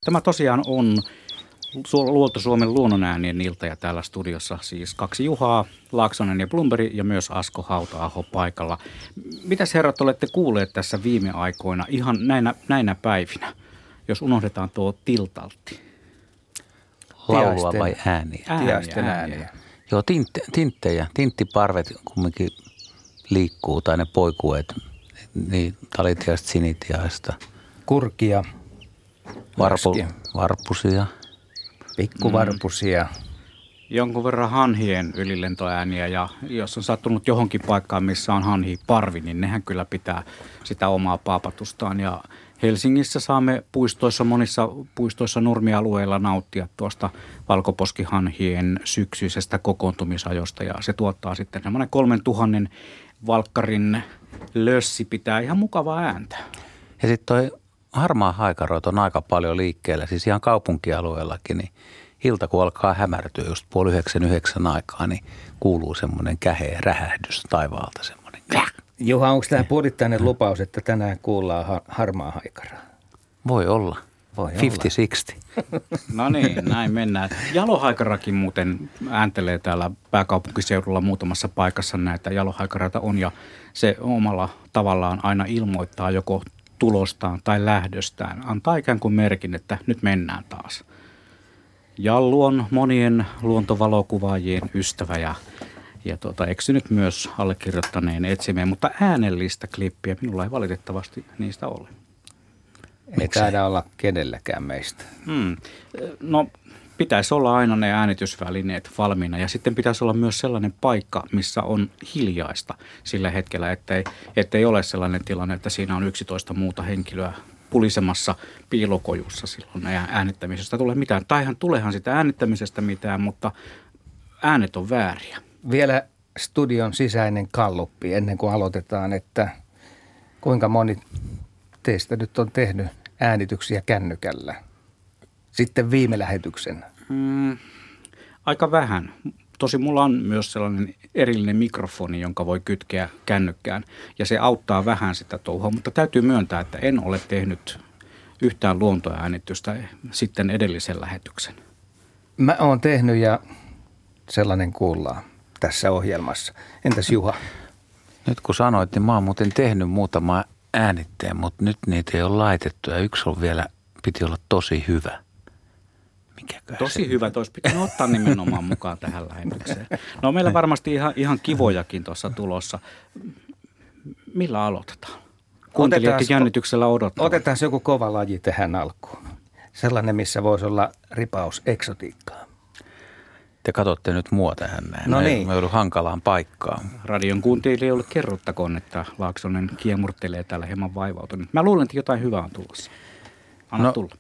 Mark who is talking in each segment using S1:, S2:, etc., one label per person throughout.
S1: Tämä tosiaan on Luolto-Suomen luonnonäänien ilta ja täällä studiossa siis kaksi Juhaa, Laaksonen ja Blomberg ja myös Asko Hauta-aho paikalla. Mitäs herrat olette kuulleet tässä viime aikoina ihan näinä päivinä, jos unohdetaan tuo tiltaltti?
S2: Laulua vai ääniä?
S1: Ääniä.
S2: Joo, tinttejä. Tinttiparvet kumminkin liikkuu tai ne poikueet. Niin, talitiaista, sinitiaista.
S3: Kurkia.
S2: Varpusia.
S3: Pikkuvarpusia.
S1: Jonkun verran hanhien ylilentoääniä ja jos on sattunut johonkin paikkaan, missä on hanhiparvi, niin nehän kyllä pitää sitä omaa paapatustaan. Ja Helsingissä saamme monissa puistoissa nurmialueilla nauttia tuosta valkoposkihanhien syksyisestä kokoontumisajosta ja se tuottaa sitten semmoinen 3000 valkkarin lössi pitää ihan mukavaa ääntä.
S2: Ja sitten toi harmaa haikaroita on aika paljon liikkeellä, siis ihan kaupunkialueellakin, niin ilta kun alkaa hämärtyä just 8:30 aikaa, niin kuuluu semmoinen käheä rähähdys taivaalta semmoinen.
S3: Juha, onko tämä puolittainen lupaus, että tänään kuullaan harmaa haikaraa?
S2: Voi olla. 50-60.
S1: No niin, näin mennään. Jalohaikarakin muuten ääntelee täällä pääkaupunkiseudulla muutamassa paikassa näitä jalohaikaraita on ja se omalla tavallaan aina ilmoittaa joko tulostaan tai lähdöstään. Antaa ikään kuin merkin, että nyt mennään taas. Jallu on monien luontovalokuvaajien ystävä ja eksynyt myös allekirjoittaneen etsimeen, mutta äänellistä klippiä minulla ei valitettavasti niistä ole.
S3: Ei taida olla kenelläkään meistä.
S1: No pitäisi olla aina ne äänitysvälineet valmiina ja sitten pitäisi olla myös sellainen paikka, missä on hiljaista sillä hetkellä, ettei ole sellainen tilanne, että siinä on 11 muuta henkilöä pulisemassa piilokojussa silloin äänittämisestä tulee mitään. Taihan tulehan sitä äänittämisestä mitään, mutta äänet on vääriä.
S3: Vielä studion sisäinen galluppi ennen kuin aloitetaan, että kuinka moni teistä nyt on tehnyt äänityksiä kännykällä? Sitten viime lähetyksen.
S1: Aika vähän. Tosin mulla on myös sellainen erillinen mikrofoni, jonka voi kytkeä kännykkään ja se auttaa vähän sitä touhua, mutta täytyy myöntää, että en ole tehnyt yhtään luontoäänitystä sitten edellisen lähetyksen.
S3: Mä oon tehnyt ja sellainen kuullaan tässä ohjelmassa. Entäs Juha?
S2: Nyt kun sanoit, niin mä oon muuten tehnyt muutama äänitteen, mutta nyt niitä ei ole laitettu ja yksi on vielä, piti olla tosi hyvä.
S1: Tosi hyvä, olisi pitänyt ottaa nimenomaan mukaan tähän lähetykseen. No meillä varmasti ihan kivojakin tuossa tulossa. Millä aloitetaan? Kuuntelijatkin jännityksellä odottaa.
S3: Otetaan joku kova laji tähän alkuun. Sellainen, missä voisi olla ripaus eksotiikkaa.
S2: Te katsotte nyt mua tähän näin.
S3: No niin.
S2: Mä joudun hankalaan paikkaan.
S1: Radion kuuntelijoille kerrottakoon, että Laaksonen kiemurtelee täällä hieman vaivautunut. Mä luulen, että jotain hyvää on tulossa. Anna tulla.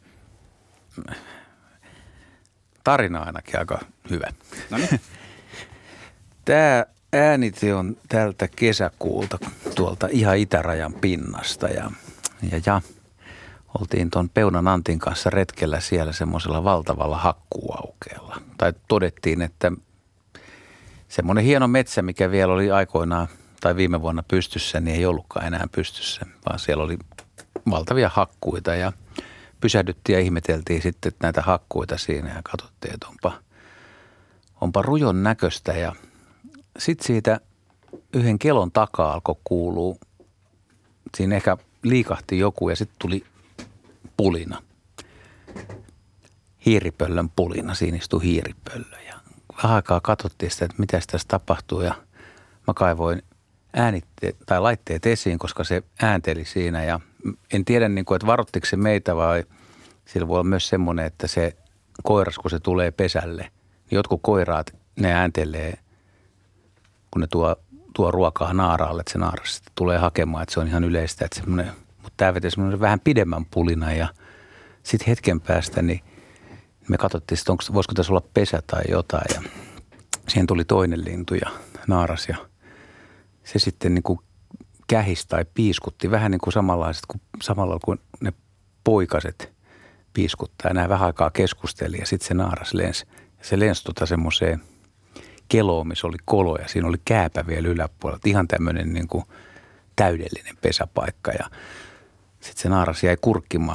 S2: Tarina ainakin aika hyvä.
S1: No niin.
S2: Tämä äänite on tältä kesäkuulta tuolta ihan itärajan pinnasta ja oltiin tuon Peunan Antin kanssa retkellä siellä semmoisella valtavalla hakkuuaukeella. Tai todettiin, että semmoinen hieno metsä, mikä vielä oli aikoinaan tai viime vuonna pystyssä, niin ei ollutkaan enää pystyssä, vaan siellä oli valtavia hakkuita ja pysähdyttiin ja ihmeteltiin sitten näitä hakkuita siinä ja katsottiin, että onpa rujon näköistä. Ja sitten siitä yhden kelon takaa alkoi kuulua, siinä ehkä liikahti joku ja sitten tuli pulina. Hiiripöllön pulina, siinä istui hiiripöllö. Ja vähän aikaa katsottiin sitä, että mitä tässä tapahtuu ja mä kaivoin laitteet esiin, koska se äänteli siinä ja en tiedä, että varoittiko se meitä vai sillä voi olla myös semmoinen, että se koiras, kun se tulee pesälle, niin jotkut koiraat, ne ääntelee, kun ne tuo ruokaa naaraalle, että se naaras sitten tulee hakemaan, että se on ihan yleistä, että semmoinen, mutta tämä veti semmoinen vähän pidemmän pulina ja sitten hetken päästä, niin me katsottiin, että voisiko tässä olla pesä tai jotain ja siihen tuli toinen lintu ja naaras ja se sitten niin kuin kähisi tai piiskutti vähän niin kuin samalla kuin ne poikaset piiskuttaa. Ja nämä vähän aikaa keskusteli ja sitten se naaras lensi. Ja se lensi semmoiseen keloon, missä oli kolo ja siinä oli kääpä vielä yläpuolella. Ihan tämmöinen niin kuin täydellinen pesäpaikka. Ja sitten se naaras jäi kurkkimaan,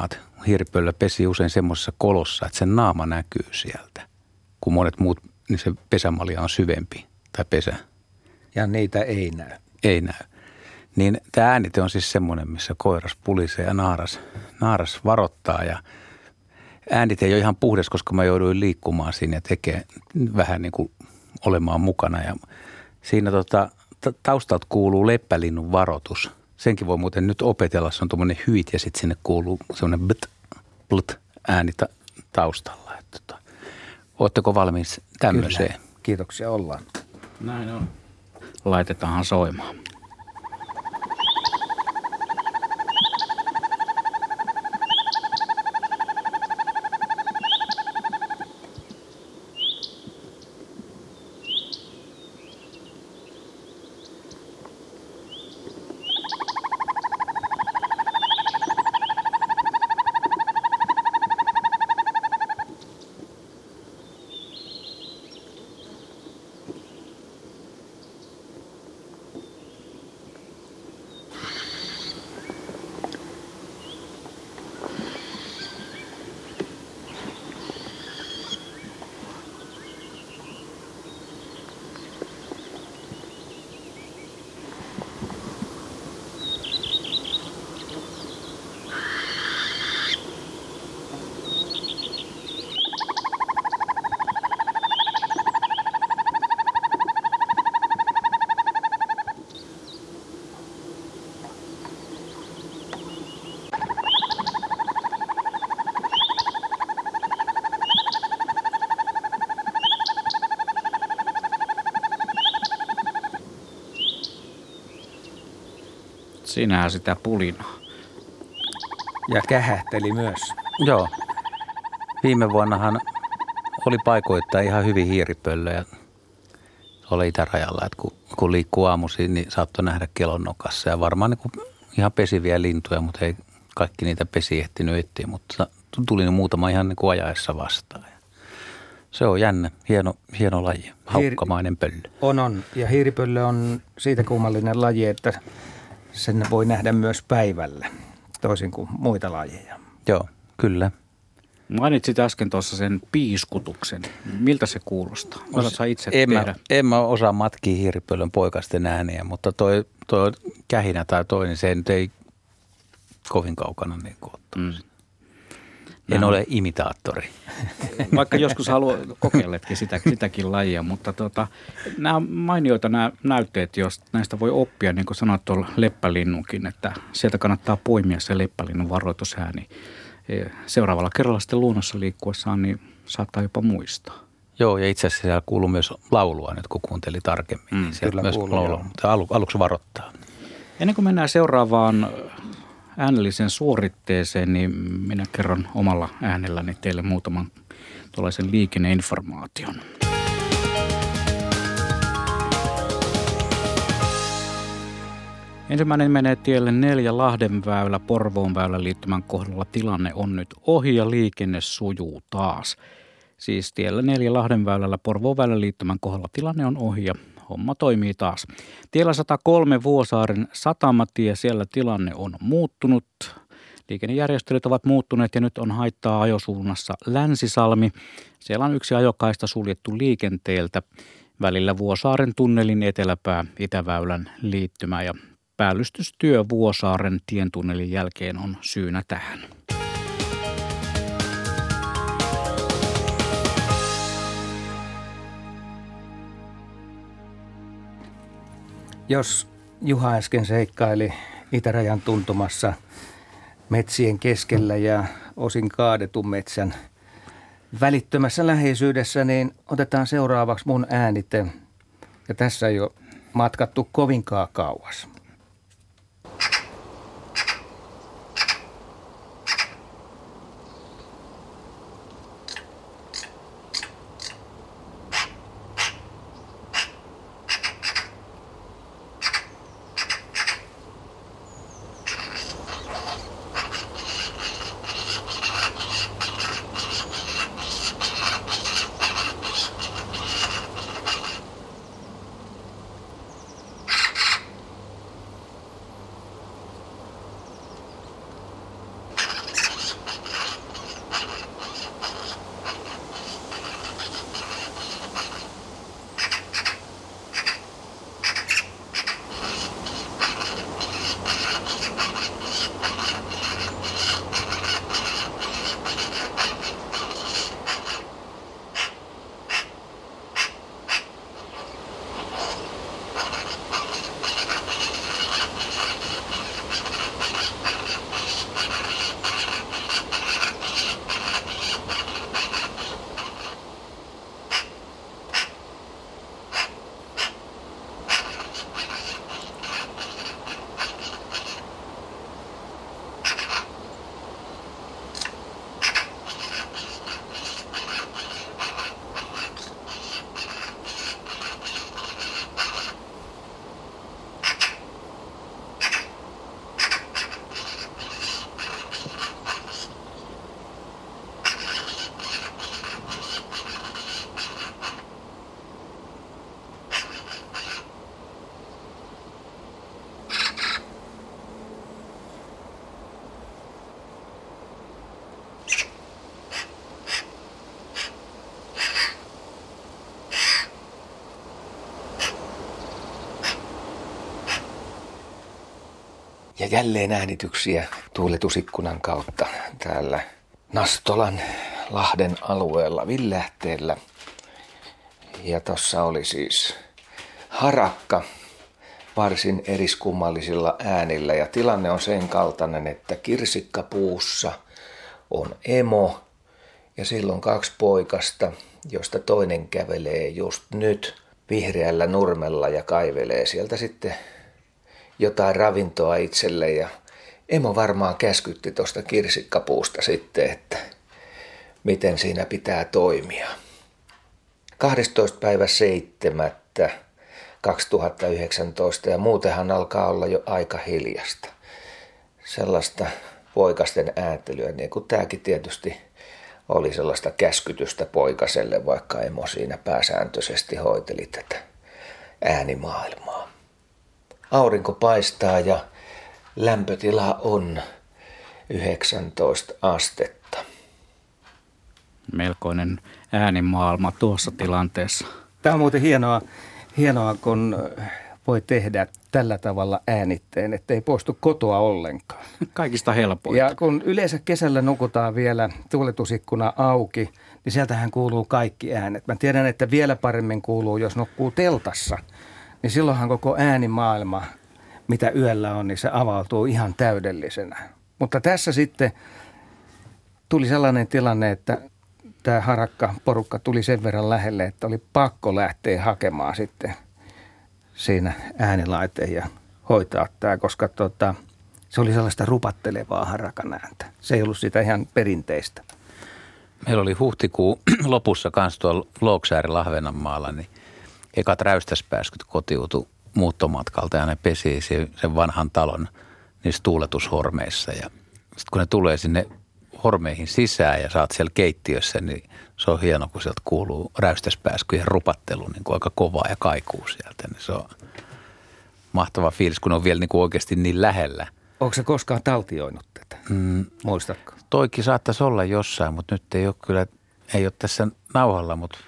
S2: hiiripöllö pesi usein semmoisessa kolossa, että sen naama näkyy sieltä, kun monet muut, niin se pesämalja on syvempi tai pesä.
S3: Ja niitä ei näy.
S2: Ei näy. Niin tämä äänite on siis semmoinen, missä koiras pulisee ja naaras varoittaa ja äänite ei ole ihan puhdas, koska mä jouduin liikkumaan siinä ja tekee vähän niin kuin olemaan mukana ja siinä taustalta kuuluu leppälinnun varoitus. Senkin voi muuten nyt opetella, se on tuommoinen hyit ja sitten sinne kuuluu semmoinen blt ääni taustalla. Ootteko valmiit tämmöiseen?
S3: Kyllä. Kiitoksia, ollaan.
S1: Näin on. Laitetaanhan soimaan. Siinähän sitä pulinaa.
S3: Ja kähähteli myös.
S2: Joo. Viime vuonnahan oli paikoittain ihan hyvin hiiripöllöjä tuolla itärajalla, että kun liikkuu aamuisin, niin saattoi nähdä kelon nokassa. Ja varmaan niin ihan pesiviä lintuja, mutta ei kaikki niitä pesi ehtinyt etsiä, mutta tuli muutama ihan niin kuin ajaessa vastaan. Se on jännä, hieno laji, haukkamainen pöllö.
S3: On. Ja hiiripöllö on siitä kummallinen laji, että sen voi nähdä myös päivällä, toisin kuin muita lajeja.
S2: Joo, kyllä.
S1: Mainitsit äsken tuossa sen piiskutuksen. Miltä se kuulostaa? Osaatko itse tehdä?
S2: En mä osaa matkia hiiripöllön poikasten ääniä, mutta toi kähinä tai toi, niin se nyt ei kovin kaukana niin ottaa. En ole imitaattori.
S1: Vaikka joskus kokeiletkin sitäkin lajia, mutta nämä on mainioita nämä näytteet, jos näistä voi oppia, niin kuin sanoit tuolla leppälinnunkin, että sieltä kannattaa poimia se leppälinnun varoitusääni. Seuraavalla kerralla sitten luonnossa liikkuessaan, niin saattaa jopa muistaa.
S2: Joo, ja itse asiassa siellä kuuluu myös laulua nyt, kun kuunteli tarkemmin. Niin sieltä myös laulua, mutta aluksi varoittaa. Ennen
S1: kuin mennään seuraavaan äänellisen suoritteeseen, niin minä kerron omalla äänelläni teille muutaman tuollaisen liikenneinformaation. Ensimmäinen menee tielle 4 Lahdenväylä Porvoonväylän liittymän kohdalla. Tilanne on nyt ohi ja liikenne sujuu taas. Siis tiellä 4 Lahdenväylällä Porvoonväylän liittymän kohdalla tilanne on ohi ja homma toimii taas. Tiellä 103 Vuosaaren satamatie, siellä tilanne on muuttunut. Liikennejärjestelyt ovat muuttuneet ja nyt on haittaa ajosuunnassa Länsisalmi. Siellä on yksi ajokaista suljettu liikenteeltä välillä Vuosaaren tunnelin eteläpää Itäväylän liittymä ja päällystystyö Vuosaaren tientunnelin jälkeen on syynä tähän.
S3: Jos Juha äsken seikkaili itärajan tuntumassa metsien keskellä ja osin kaadetun metsän välittömässä läheisyydessä, niin otetaan seuraavaksi mun äänite. Ja tässä ei ole matkattu kovinkaan kauas. Ja jälleen äänityksiä tuuletusikkunan kautta täällä Nastolan Lahden alueella Villähteellä. Ja tossa oli siis harakka varsin eriskummallisilla äänillä. Ja tilanne on sen kaltainen, että kirsikkapuussa on emo ja silloin 2 poikasta, josta toinen kävelee just nyt vihreällä nurmella ja kaivelee sieltä sitten jotain ravintoa itselle. Ja emo varmaan käskytti tuosta kirsikkapuusta sitten, että miten siinä pitää toimia. 12.7.2019 ja muutenhan alkaa olla jo aika hiljasta. Sellaista poikasten ääntelyä, niin kuin tämäkin tietysti oli sellaista käskytystä poikaselle, vaikka emo siinä pääsääntöisesti hoiteli tätä äänimaailmaa. Aurinko paistaa ja lämpötila on 19 astetta.
S1: Melkoinen äänimaailma tuossa tilanteessa.
S3: Tämä on muuten hienoa, kun voi tehdä tällä tavalla äänitteen, ettei poistu kotoa ollenkaan.
S1: Kaikista helpointa.
S3: Ja kun yleensä kesällä nukutaan vielä tuuletusikkuna auki, niin sieltähän kuuluu kaikki äänet. Mä tiedän, että vielä paremmin kuuluu, jos nukkuu teltassa, niin silloinhan koko äänimaailma, mitä yöllä on, niin se avautuu ihan täydellisenä. Mutta tässä sitten tuli sellainen tilanne, että tämä harakka-porukka tuli sen verran lähelle, että oli pakko lähteä hakemaan sitten siinä äänilaiteen ja hoitaa tämä, koska se oli sellaista rupattelevaa harakan ääntä. Se ei ollut sitä ihan perinteistä.
S2: Meillä oli huhtikuun lopussa kanssa tuolla Looksäärin Ahvenanmaalla, niin ekat räystäspääskyt kotiutui muuttomatkalta ja ne pesi sen vanhan talon niissä tuuletushormeissa. Ja sitten kun ne tulee sinne hormeihin sisään ja saat siellä keittiössä, niin se on hieno, kun sieltä kuuluu räystäspääskyjen rupattelu niin kuin aika kovaa ja kaikuu sieltä. Niin se on mahtava fiilis, kun on vielä niin kuin oikeasti niin lähellä.
S3: Onko se koskaan taltioinut tätä? Muistatko?
S2: Toikin saattaisi olla jossain, mutta nyt ei ole tässä nauhalla, mutta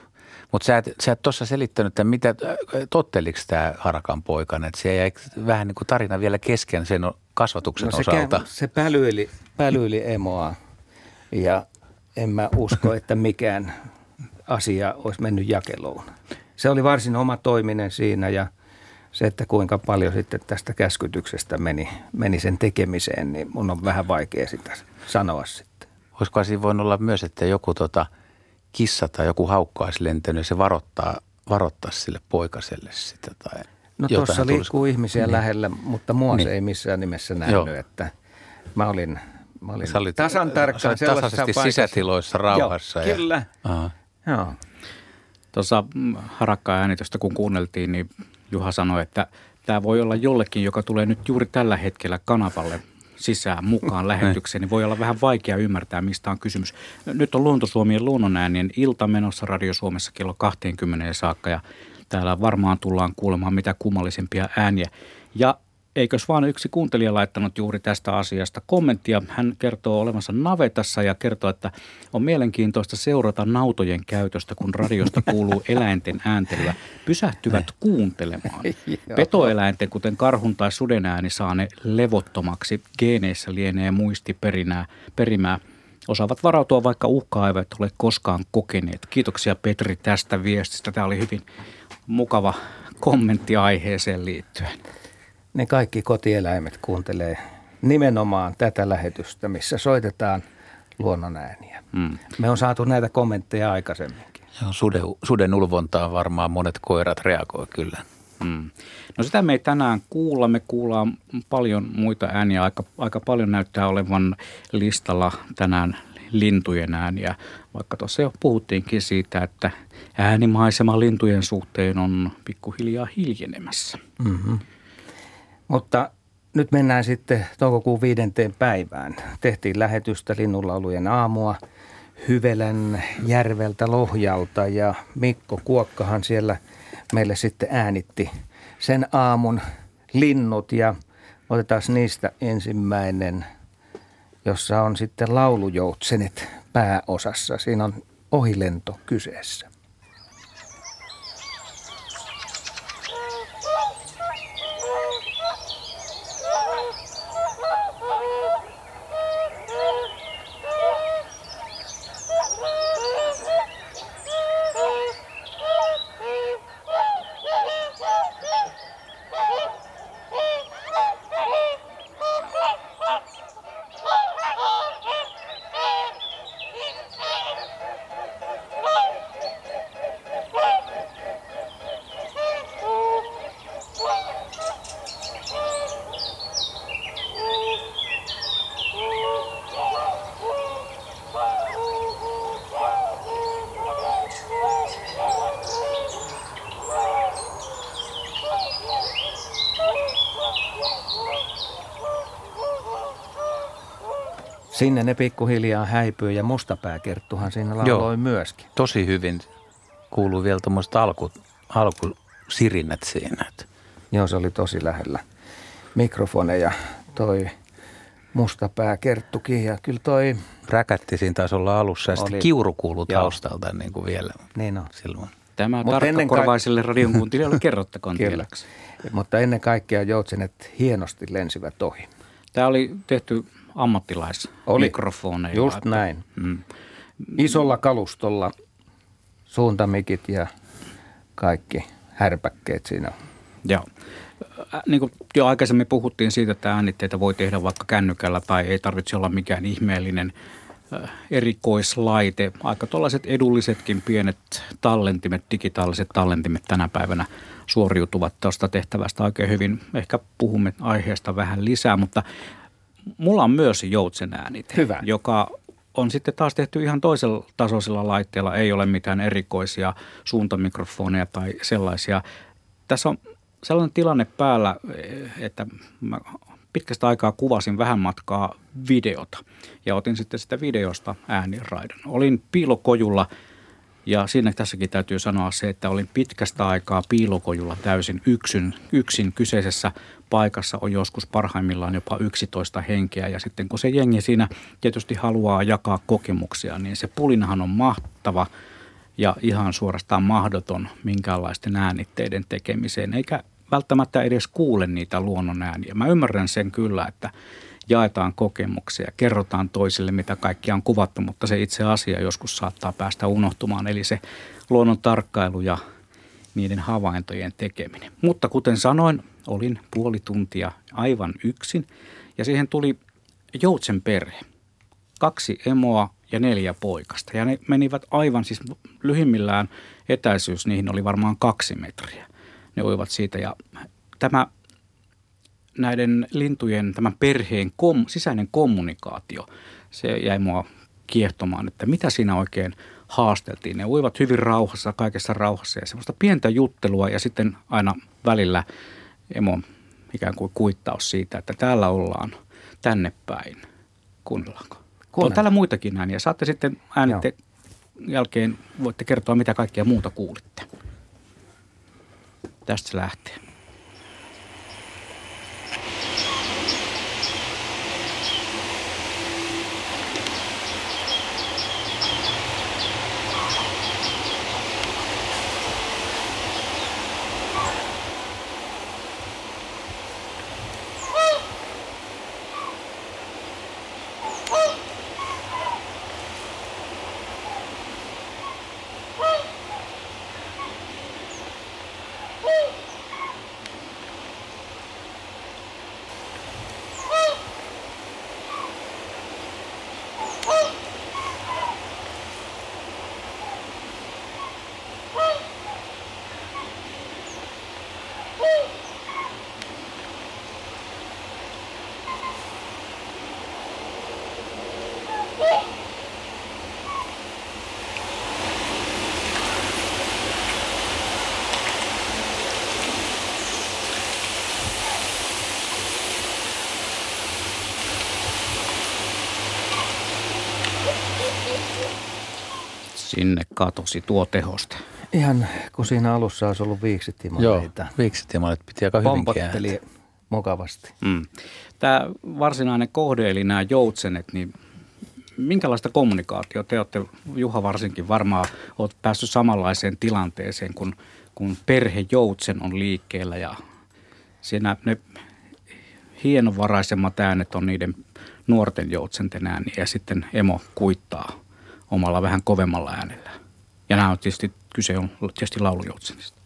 S2: sä et tuossa selittänyt, että mitä, totteliko tämä harakan poikainen, että se jäi vähän niin kuin tarina vielä kesken sen kasvatuksen osalta.
S3: Se pälyili emoa ja en mä usko, että mikään asia olisi mennyt jakeluun. Se oli varsin oma toiminen siinä ja se, että kuinka paljon sitten tästä käskytyksestä meni sen tekemiseen, niin mun on vähän vaikea sitä sanoa sitten.
S2: Olisiko siinä voinut olla myös, että joku kissa tai joku haukka olisi lentänyt ja se varoittaa sille poikaselle sitä tai
S3: no tuossa liikkuu ihmisiä lähellä, mutta mua se ei missään nimessä nähnyt, että mä olin tasan tarkkaan sellaisessa paikassa.
S2: Sisätiloissa rauhassa.
S3: Joo, kyllä. Joo.
S1: Tuossa harakka-äänitystä kun kuunneltiin, niin Juha sanoi, että tämä voi olla jollekin, joka tulee nyt juuri tällä hetkellä kanavalle sisään mukaan lähetykseen, niin voi olla vähän vaikea ymmärtää, mistä on kysymys. Nyt on Luontosuomien luonnonäänien ilta menossa Radio Suomessa kello 20 saakka ja täällä varmaan tullaan kuulemaan mitä kummallisimpia ääniä. Ja eikös vaan yksi kuuntelija laittanut juuri tästä asiasta kommenttia. Hän kertoo olevansa navetassa ja kertoo, että on mielenkiintoista seurata nautojen käytöstä, kun radiosta kuuluu eläinten ääntelyä. Pysähtyvät kuuntelemaan. Petoeläinten, kuten karhun tai suden ääni, saa ne levottomaksi. Geeneissä lienee muistiperimää. Osaavat varautua, vaikka uhkaa eivät ole koskaan kokeneet. Kiitoksia Petri tästä viestistä. Tämä oli hyvin mukava kommentti aiheeseen liittyen.
S3: Ne kaikki kotieläimet kuuntelee nimenomaan tätä lähetystä, missä soitetaan luonnonääniä. Me on saatu näitä kommentteja aikaisemminkin.
S2: Suden ulvontaan varmaan monet koirat reagoi kyllä.
S1: No sitä me ei tänään kuulla. Me kuullaan paljon muita ääniä. Aika paljon näyttää olevan listalla tänään lintujen ääniä, vaikka tuossa jo puhuttiinkin siitä, että äänimaisema lintujen suhteen on pikkuhiljaa hiljenemässä.
S3: Mm-hmm. Mutta nyt mennään sitten toukokuun 5. päivään. Tehtiin lähetystä linnunlaulujen aamua Hyvelän järveltä Lohjalta ja Mikko Kuokkahan siellä meille sitten äänitti sen aamun linnut ja otetaan niistä ensimmäinen, jossa on sitten laulujoutsenet pääosassa. Siinä on ohilento kyseessä. Sinne ne pikkuhiljaa häipyy ja Mustapääkerttuhan siinä lauloi myöskin.
S2: Tosi hyvin kuuluu vielä tuommoiset alkusirinnät siinä.
S3: Joo, se oli tosi lähellä mikrofoneja toi Mustapääkerttukin ja kyllä toi...
S2: Räkätti siinä taisi olla alussa ja sitten kiuru kuuluu taustalta niin kuin vielä
S3: niin on.
S2: silloin.
S1: Tämä tarkkakorvaisille radion kuuntelijoille kerrottakoon tiedoksi.
S3: Mutta ennen kaikkea joutsenet hienosti lensivät ohi.
S1: Tämä oli tehty ammattilaismikrofoneilla.
S3: Just näin. Isolla kalustolla suuntamikit ja kaikki härpäkkeet siinä.
S1: Joo. Niin kuin jo aikaisemmin puhuttiin siitä, että äänitteitä voi tehdä vaikka kännykällä tai ei tarvitse olla mikään ihmeellinen erikoislaite. Aika tuollaiset edullisetkin pienet tallentimet, digitaaliset tallentimet tänä päivänä suoriutuvat tuosta tehtävästä oikein hyvin. Ehkä puhumme aiheesta vähän lisää, mutta mulla on myös joutsenäänite, joka on sitten taas tehty ihan toisella tasoisella laitteella. Ei ole mitään erikoisia suuntamikrofoneja tai sellaisia. Tässä on sellainen tilanne päällä, että mä pitkästä aikaa kuvasin vähän matkaa videota ja otin sitten sitä videosta ääniraidan. Olin piilokojulla ja siinä tässäkin täytyy sanoa se, että olin pitkästä aikaa piilokojulla täysin yksin kyseisessä paikassa on joskus parhaimmillaan jopa 11 henkeä ja sitten kun se jengi siinä tietysti haluaa jakaa kokemuksia, niin se pulinahan on mahtava ja ihan suorastaan mahdoton minkäänlaisten äänitteiden tekemiseen, eikä välttämättä edes kuule niitä luonnon ääniä. Mä ymmärrän sen kyllä, että jaetaan kokemuksia, kerrotaan toisille, mitä kaikkia on kuvattu, mutta se itse asia joskus saattaa päästä unohtumaan, eli se luonnon tarkkailu ja niiden havaintojen tekeminen. Mutta kuten sanoin, olin puoli tuntia aivan yksin ja siihen tuli joutsen perhe, 2 emoa ja 4 poikasta. Ja ne menivät aivan siis lyhimmillään etäisyys, niihin oli varmaan 2 metriä. Ne uivat siitä ja tämä näiden lintujen, tämän perheen sisäinen kommunikaatio, se jäi mua kiehtomaan, että mitä siinä oikein haasteltiin. Ne uivat hyvin rauhassa, kaikessa rauhassa ja semmoista pientä juttelua ja sitten aina välillä emo ikään kuin kuittaus siitä, että täällä ollaan tänne päin. Kuunnellaanko? On täällä muitakin ääniä. Saatte sitten äänitteen jälkeen, voitte kertoa mitä kaikkea muuta kuulitte. Tästä se lähtee. Sinne katosi tuo tehoste.
S3: Ihan kun siinä alussa olisi ollut viiksitimoleita.
S2: Joo, viiksitimoleet piti aika hyvinkin
S3: pompotteli mukavasti.
S1: Tämä varsinainen kohde, eli nämä joutsenet, niin minkälaista kommunikaatiota te olette, Juha varsinkin, varmaan olet päässyt samanlaiseen tilanteeseen, kun perhejoutsen on liikkeellä ja siinä ne hienovaraisemmat äänet on niiden nuorten joutsenten ääniä ja sitten emo kuittaa omalla vähän kovemmalla äänellä. Ja nämä on kyse on tietysti laulujoutsenista.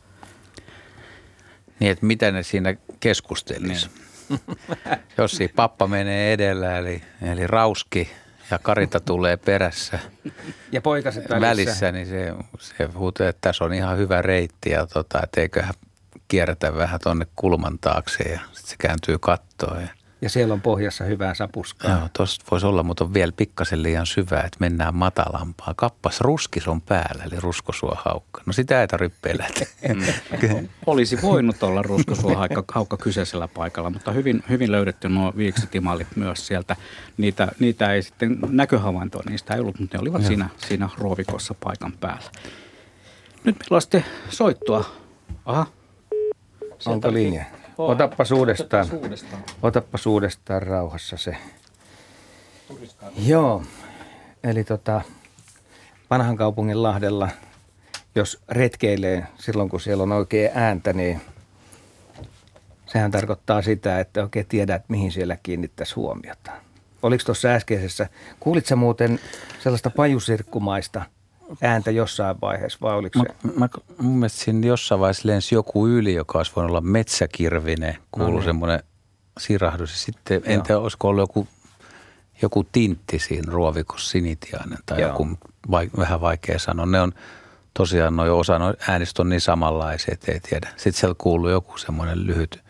S2: Niin, että mitä ne siinä keskustelisi. Jossi pappa menee edellä, eli Rauski ja Karita tulee perässä.
S3: Ja poikaset
S2: välissä. Niin se huutaa, että tässä on ihan hyvä reitti ja että eiköhän kierrätä vähän tuonne kulman taakse ja sitten se kääntyy kattoon.
S3: Ja siellä on pohjassa hyvää sapuskaa.
S2: Joo, tuossa voisi olla, mutta on vielä pikkasen liian syvää, että mennään matalampaa. Kappas ruskis on päällä, eli ruskosuohaukka. No sitä ei tarvitse pelätä.
S1: Olisi voinut olla ruskosuohaukka kyseisellä paikalla, mutta hyvin löydetty nuo viiksitimalit myös sieltä. Niitä ei sitten näköhavaintoa, niistä ei ollut, mutta ne olivat siinä ruovikossa paikan päällä. Nyt meillä on sitten soittoa. Aha.
S3: Onko linja? Otappas uudestaan rauhassa se. Joo, eli vanhan kaupungin Lahdella, jos retkeilee silloin, kun siellä on oikein ääntä, niin sehän tarkoittaa sitä, että oikein tiedät, mihin siellä kiinnittäisi huomiota. Oliko tuossa äskeisessä, kuulitko muuten sellaista pajusirkkumaista ääntä jossain vaiheessa vai oliko se?
S2: Mun mielestä siinä jossain vaiheessa lensi joku yli, joka olisi voinut olla metsäkirvinen, kuului semmoinen sirahdus. Sitten en tiedä, olisiko ollut joku tintti siinä ruovikossa, sinitiainen tai joku vähän vaikea sanoa. Ne on tosiaan, osa äänistä on niin samanlaisia, että ei tiedä. Sitten siellä kuuluu joku semmoinen lyhyt,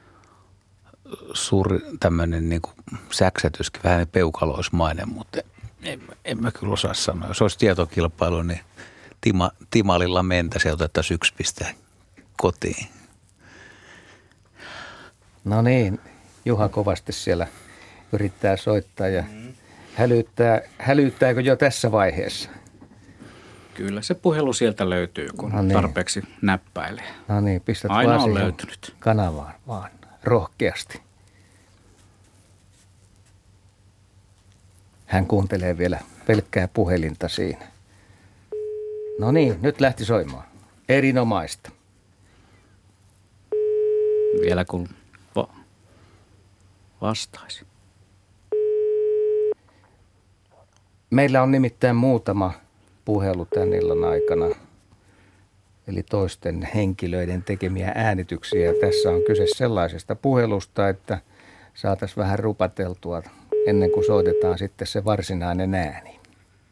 S2: suuri tämmöinen niin kuin säksätyskin, vähän peukaloismainen, mutta en mä kyllä osaa sanoa. Jos olisi tietokilpailu, niin timalilla mentäisi ja otettaisiin 1 piste kotiin.
S3: No niin, Juha kovasti siellä yrittää soittaa ja hälyttääkö jo tässä vaiheessa?
S1: Kyllä se puhelu sieltä löytyy, kun tarpeeksi näppäilee.
S3: No niin, pistät
S1: aina
S3: vaan
S1: on löytynyt
S3: kanavaan vaan rohkeasti. Hän kuuntelee vielä pelkkää puhelinta siinä. No niin, nyt lähti soimaan. Erinomaista.
S1: Vielä kun vastaisi.
S3: Meillä on nimittäin muutama puhelu tämän illan aikana. Eli toisten henkilöiden tekemiä äänityksiä. Tässä on kyse sellaisesta puhelusta, että saataisiin vähän rupateltua ennen kuin soitetaan sitten se varsinainen ääni.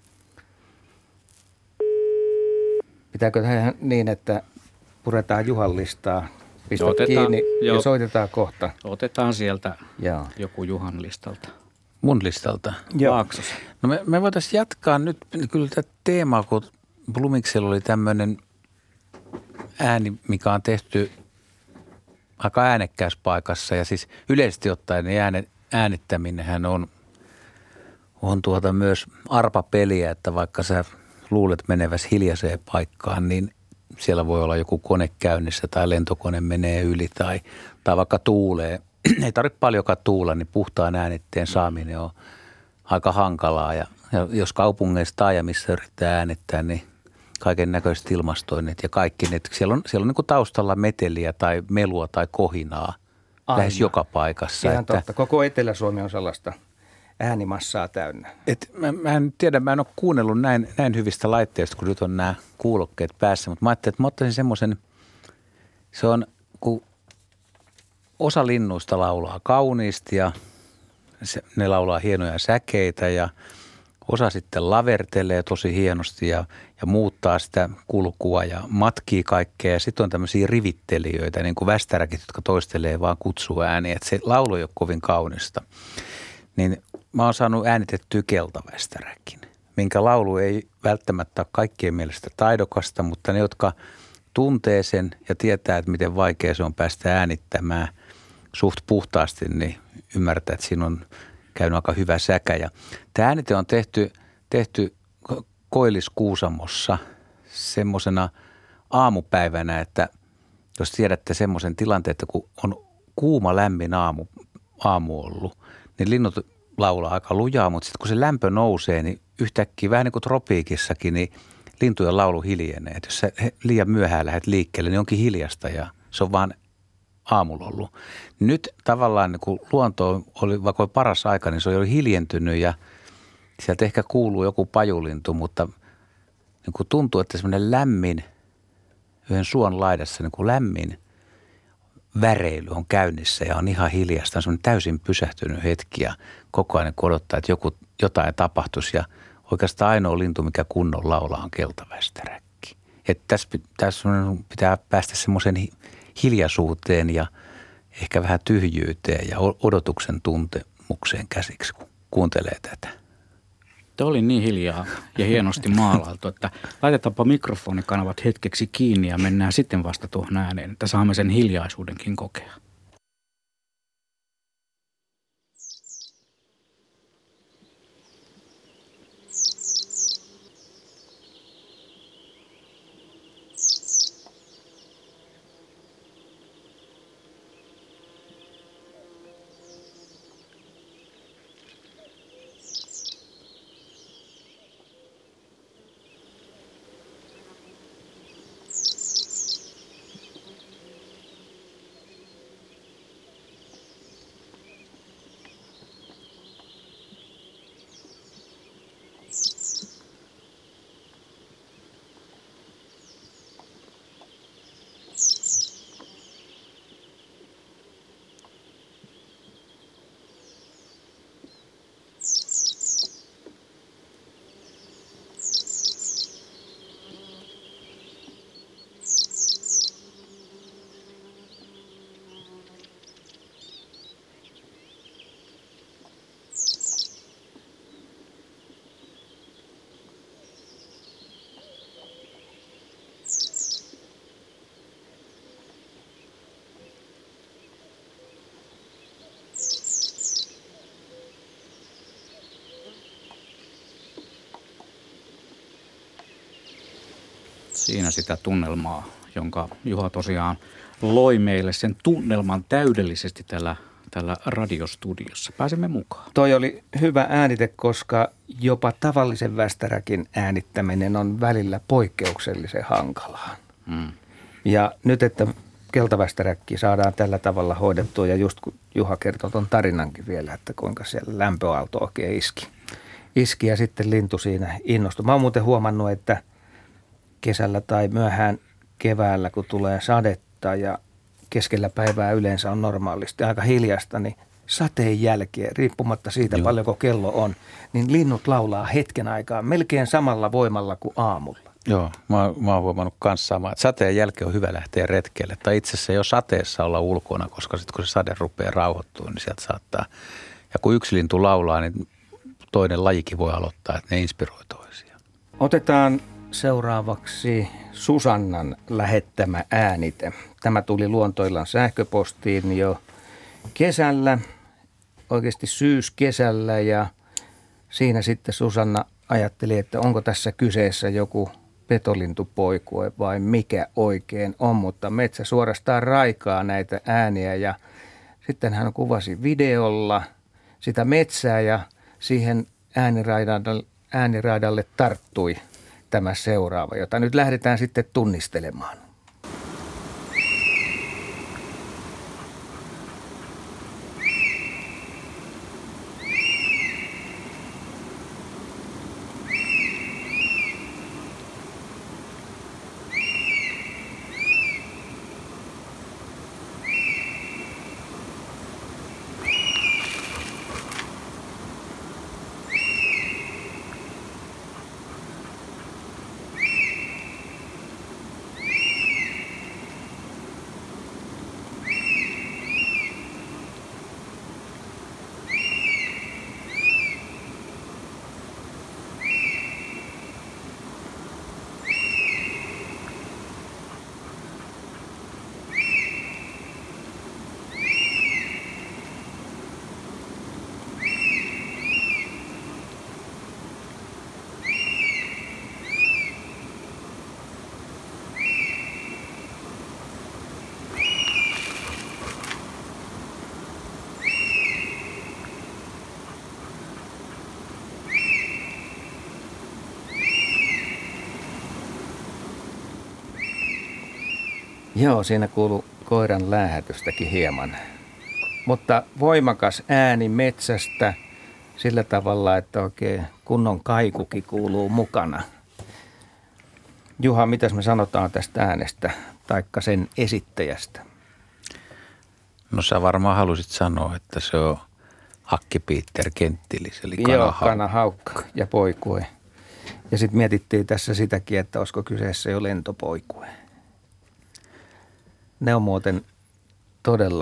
S3: Pitääkö tähän niin, että puretaan Juhan listaa, pistät kiinni ja soitetaan kohta?
S1: Otetaan sieltä joku Juhan listalta.
S2: Mun listalta?
S1: Laaksossa.
S2: No me voitaisiin jatkaa nyt kyllä tätä teemaa, kun Blumiksella oli tämmöinen ääni, mikä on tehty aika äänekkäässä paikassa. Ja siis yleisesti ottaen niin äänittäminenhän on myös arpapeliä, että vaikka sä luulet meneväs hiljaiseen paikkaan, niin siellä voi olla joku kone käynnissä tai lentokone menee yli tai vaikka tuulee. Ei tarvitse paljonkaan tuulla, niin puhtaan äänitteen saaminen on aika hankalaa. Ja jos kaupungeissa taajamissa yrittää äänittää, niin kaiken näköiset ilmastoinnit ja kaikki. Siellä on niin kuin taustalla meteliä tai melua tai kohinaa lähes joka paikassa.
S3: Ihan totta. Koko Etelä-Suomi on sellaista äänimassaa täynnä.
S2: Mä en tiedä, mä en ole kuunnellut näin hyvistä laitteista, kun nyt on nämä kuulokkeet päässä. Mutta mä ajattelin, että mä ottaisin semmoisen, se on, kun osa linnuista laulaa kauniisti ja ne laulaa hienoja säkeitä ja osa sitten lavertelee tosi hienosti ja muuttaa sitä kulkua ja matkii kaikkea. Ja sitten on tämmöisiä rivittelijöitä, niin kuin västäräkit, jotka toistelee vaan kutsuääniä. Että se laulu ei ole kovin kaunista. Niin mä oon saanut äänitettyä keltavästäräkin, minkä laulu ei välttämättä ole kaikkien mielestä taidokasta, mutta ne, jotka tuntee sen ja tietää, että miten vaikea se on päästä äänittämään suht puhtaasti, niin ymmärtää, että siinä on käynyt aika hyvä säkä. Ja tämä äänite on tehty Koillis-Kuusamossa semmoisena aamupäivänä, että jos tiedätte semmoisen tilanteen, että kun on kuuma, lämmin aamu ollut, niin linnut laulaa aika lujaa, mutta sitten kun se lämpö nousee, niin yhtäkkiä vähän niin kuin tropiikissakin, niin lintujen laulu hiljenee. Että jos sä liian myöhään lähdet liikkeelle, niin onkin hiljasta ja se on vaan aamulla ollut. Nyt tavallaan niin kun luonto oli vaikka paras aika, niin se oli hiljentynyt ja sieltä ehkä kuuluu joku pajulintu, mutta niin kun tuntuu, että semmoinen lämmin, yhden suon laidassa niin kuin lämmin väreily on käynnissä ja on ihan hiljasta. On semmoinen täysin pysähtynyt hetki ja koko ajan odottaa, että jotain tapahtuisi ja oikeastaan ainoa lintu, mikä kunnon laulaa, on keltavästäräkki. Että tässä pitää päästä semmoisen hiljaisuuteen ja ehkä vähän tyhjyyteen ja odotuksen tuntemukseen käsiksi, kun kuuntelee tätä.
S1: Tämä oli niin hiljaa ja hienosti maalailtu, että laitetaanpa mikrofonikanavat hetkeksi kiinni ja mennään sitten vasta tuohon ääneen, että saamme sen hiljaisuudenkin kokea. Siinä sitä tunnelmaa, jonka Juha tosiaan loi meille sen tunnelman täydellisesti tällä radiostudiossa. Pääsemme mukaan.
S3: Toi oli hyvä äänite, koska jopa tavallisen västäräkin äänittäminen on välillä poikkeuksellisen hankalaa. Ja nyt, että keltavästäräkki saadaan tällä tavalla hoidettua, ja just kun Juha kertoi ton tarinankin vielä, että kuinka siellä lämpöaalto oikein iski ja sitten lintu siinä innostui. Mä oon muuten huomannut, että kesällä tai myöhään keväällä, kun tulee sadetta ja keskellä päivää yleensä on normaalisti aika hiljasta, niin sateen jälkeen, riippumatta siitä paljonko kello on, niin linnut laulaa hetken aikaa melkein samalla voimalla kuin aamulla.
S2: Joo, mä oon huomannut kanssa samaa, että sateen jälkeen on hyvä lähteä retkeelle. Tai itse asiassa jo sateessa olla ulkona, koska sitten kun se sade rupeaa rauhoittumaan, niin sieltä saattaa. Ja kun yksi lintu laulaa, niin toinen lajikin voi aloittaa, että ne inspiroi toisiaan.
S3: Otetaan seuraavaksi Susannan lähettämä äänite. Tämä tuli Luontoillan sähköpostiin jo kesällä, oikeasti syyskesällä, ja siinä sitten Susanna ajatteli, että onko tässä kyseessä joku petolintupoikue vai mikä oikein on, mutta metsä suorastaan raikaa näitä ääniä, ja sitten hän kuvasi videolla sitä metsää ja siihen ääniraidalle tarttui tämä seuraava, jota nyt lähdetään sitten tunnistelemaan. Joo, siinä kuuluu koiran läähätystäkin hieman. Mutta voimakas ääni metsästä sillä tavalla, että oikein kunnon kaikukin kuuluu mukana. Juha, mitäs me sanotaan tästä äänestä taikka sen esittäjästä?
S2: No sä varmaan halusit sanoa, että se on Hakki-Piiter Kenttilis, eli kanahaukka.
S3: Joo, kanahaukka ja poikue. Ja sitten mietittiin tässä sitäkin, että olisiko kyseessä jo lentopoikue. Ne on muuten todella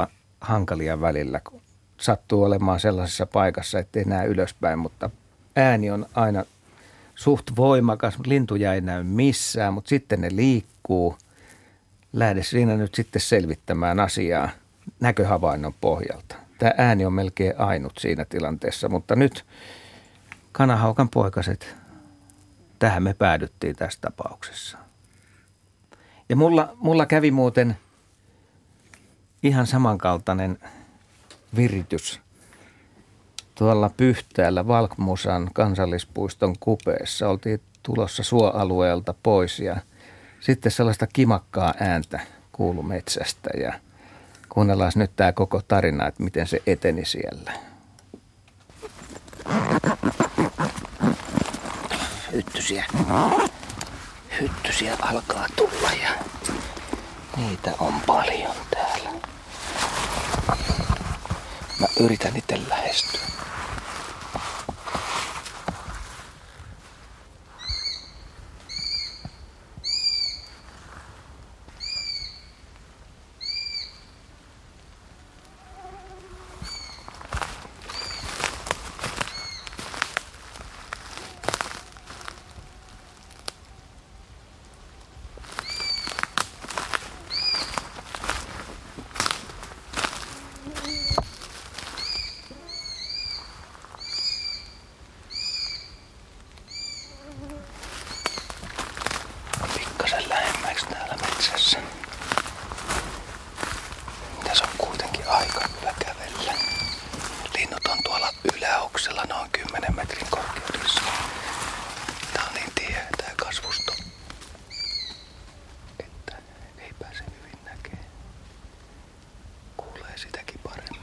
S3: hankalia välillä, kun sattuu olemaan sellaisessa paikassa, ettei näe ylöspäin, mutta ääni on aina suht voimakas. Lintuja ei näy missään, mutta sitten ne liikkuu. Lähde siinä nyt sitten selvittämään asiaa näköhavainnon pohjalta. Tämä ääni on melkein ainut siinä tilanteessa, mutta nyt kanahaukan poikaset, tähän me päädyttiin tässä tapauksessa. Ja mulla kävi muuten ihan samankaltainen viritys tuolla Pyhtäällä Valkmusan kansallispuiston kupeessa. Oltiin tulossa suoalueelta pois ja sitten sellaista kimakkaa ääntä kuului metsästä ja kuunnellaan nyt tämä koko tarina, että miten se eteni siellä. Hyttysiä alkaa tulla ja niitä on paljon täällä. Mä yritän itse lähestyä. Tässä on kuitenkin aika hyvä kävellä. Linnut on tuolla yläoksella noin 10 metrin korkeudessa. Tää on niin tiheä tää kasvusto, että ei pääse hyvin näkemään. Kuulee sitäkin paremmin.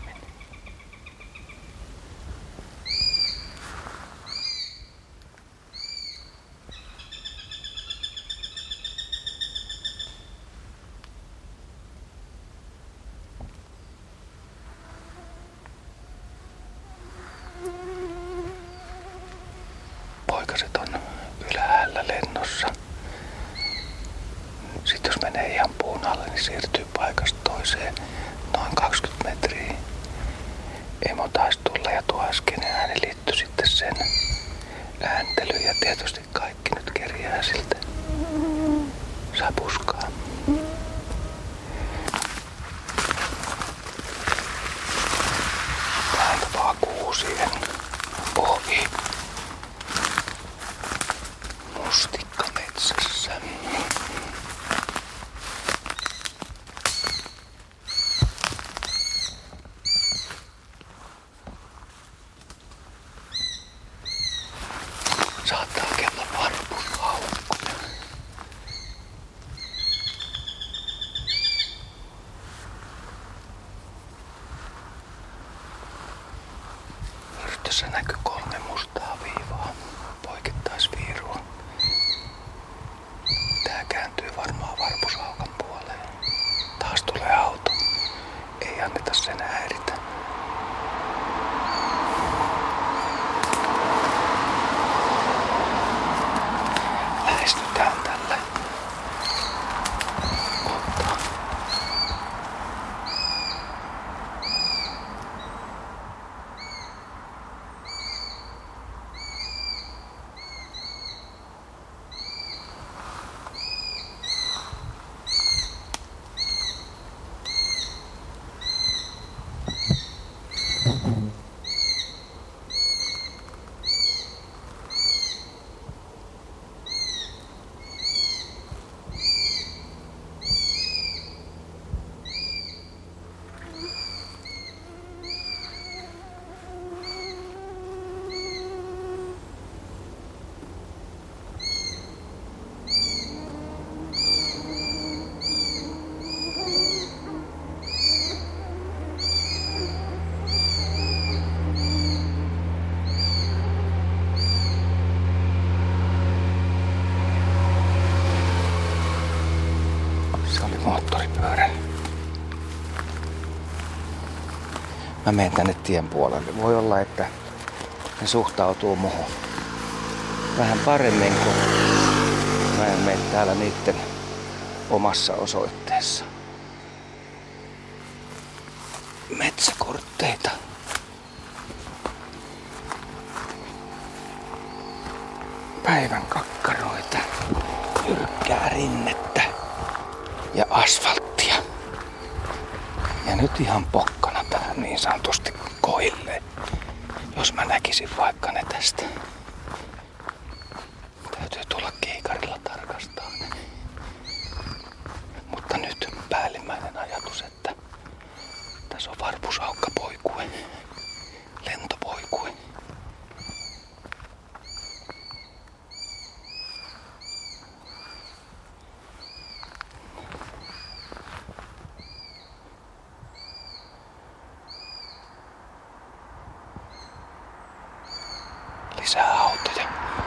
S3: Poikaset on ylhäällä lennossa. Sitten jos menee ihan puun alle, niin siirtyy paikasta toiseen noin 20 metriä. Emo taisi tulla ja tuo äskeinen ääni liittyi sitten sen ääntelyyn ja tietysti kaikki nyt kerjää siltä sapuskaa. Täältä vaan kuusien ohi. Mustikka metsässä. Saattaa olla varpushaukkuja. Yrtössä näkyy 3 mustaa viivaa, poikittaisviirua. Tää kääntyy varmaan varpushaukan puoleen. Taas tulee auto. Ei anneta sen häiritä. Lähestytään tällä kohtaa. Se oli moottoripyörä. Mä menen tänne tien puolelle. Voi olla, että ne suhtautuu muhun vähän paremmin, kun mä en mene täällä niitten omassa osoitteessa. metsäkortteita. Päivän kakkaroita, jyrkkää rinnettä ja asfalttia. Ja nyt ihan pokkana tähän niin sanotusti koille, jos mä näkisin vaikka ne tästä. Täytyy tulla kiikarilla tarkastaa ne. Mutta nyt päällimmäinen ajatus, että tässä on varpusaukkapoikue, lentopoikue. Lisää autoja.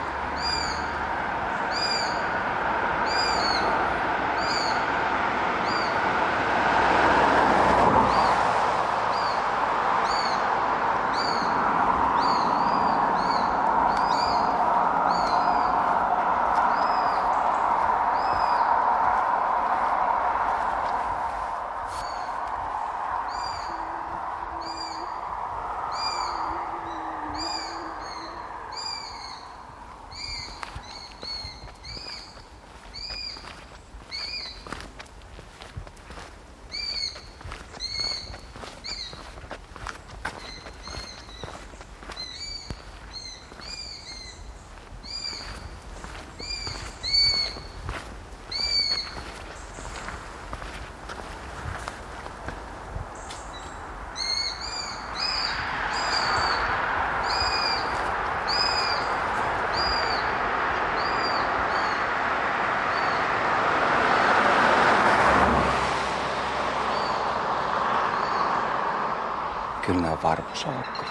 S3: Kyllä nämä on varpusaukkoja.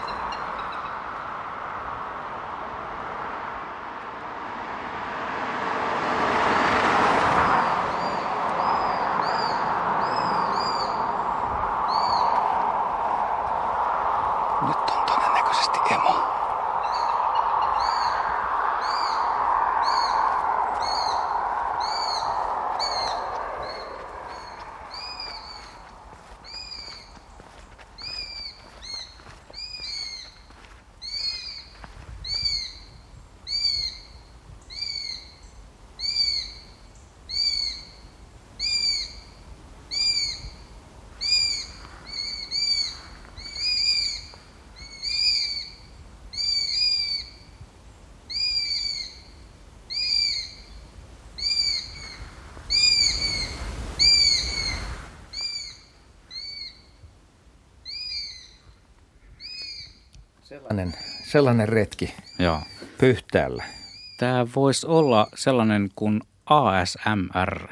S3: Nyt on todennäköisesti emo. Sellainen retki.
S1: Joo.
S3: Pyhtäällä.
S1: Tämä voisi olla sellainen kuin ASMR,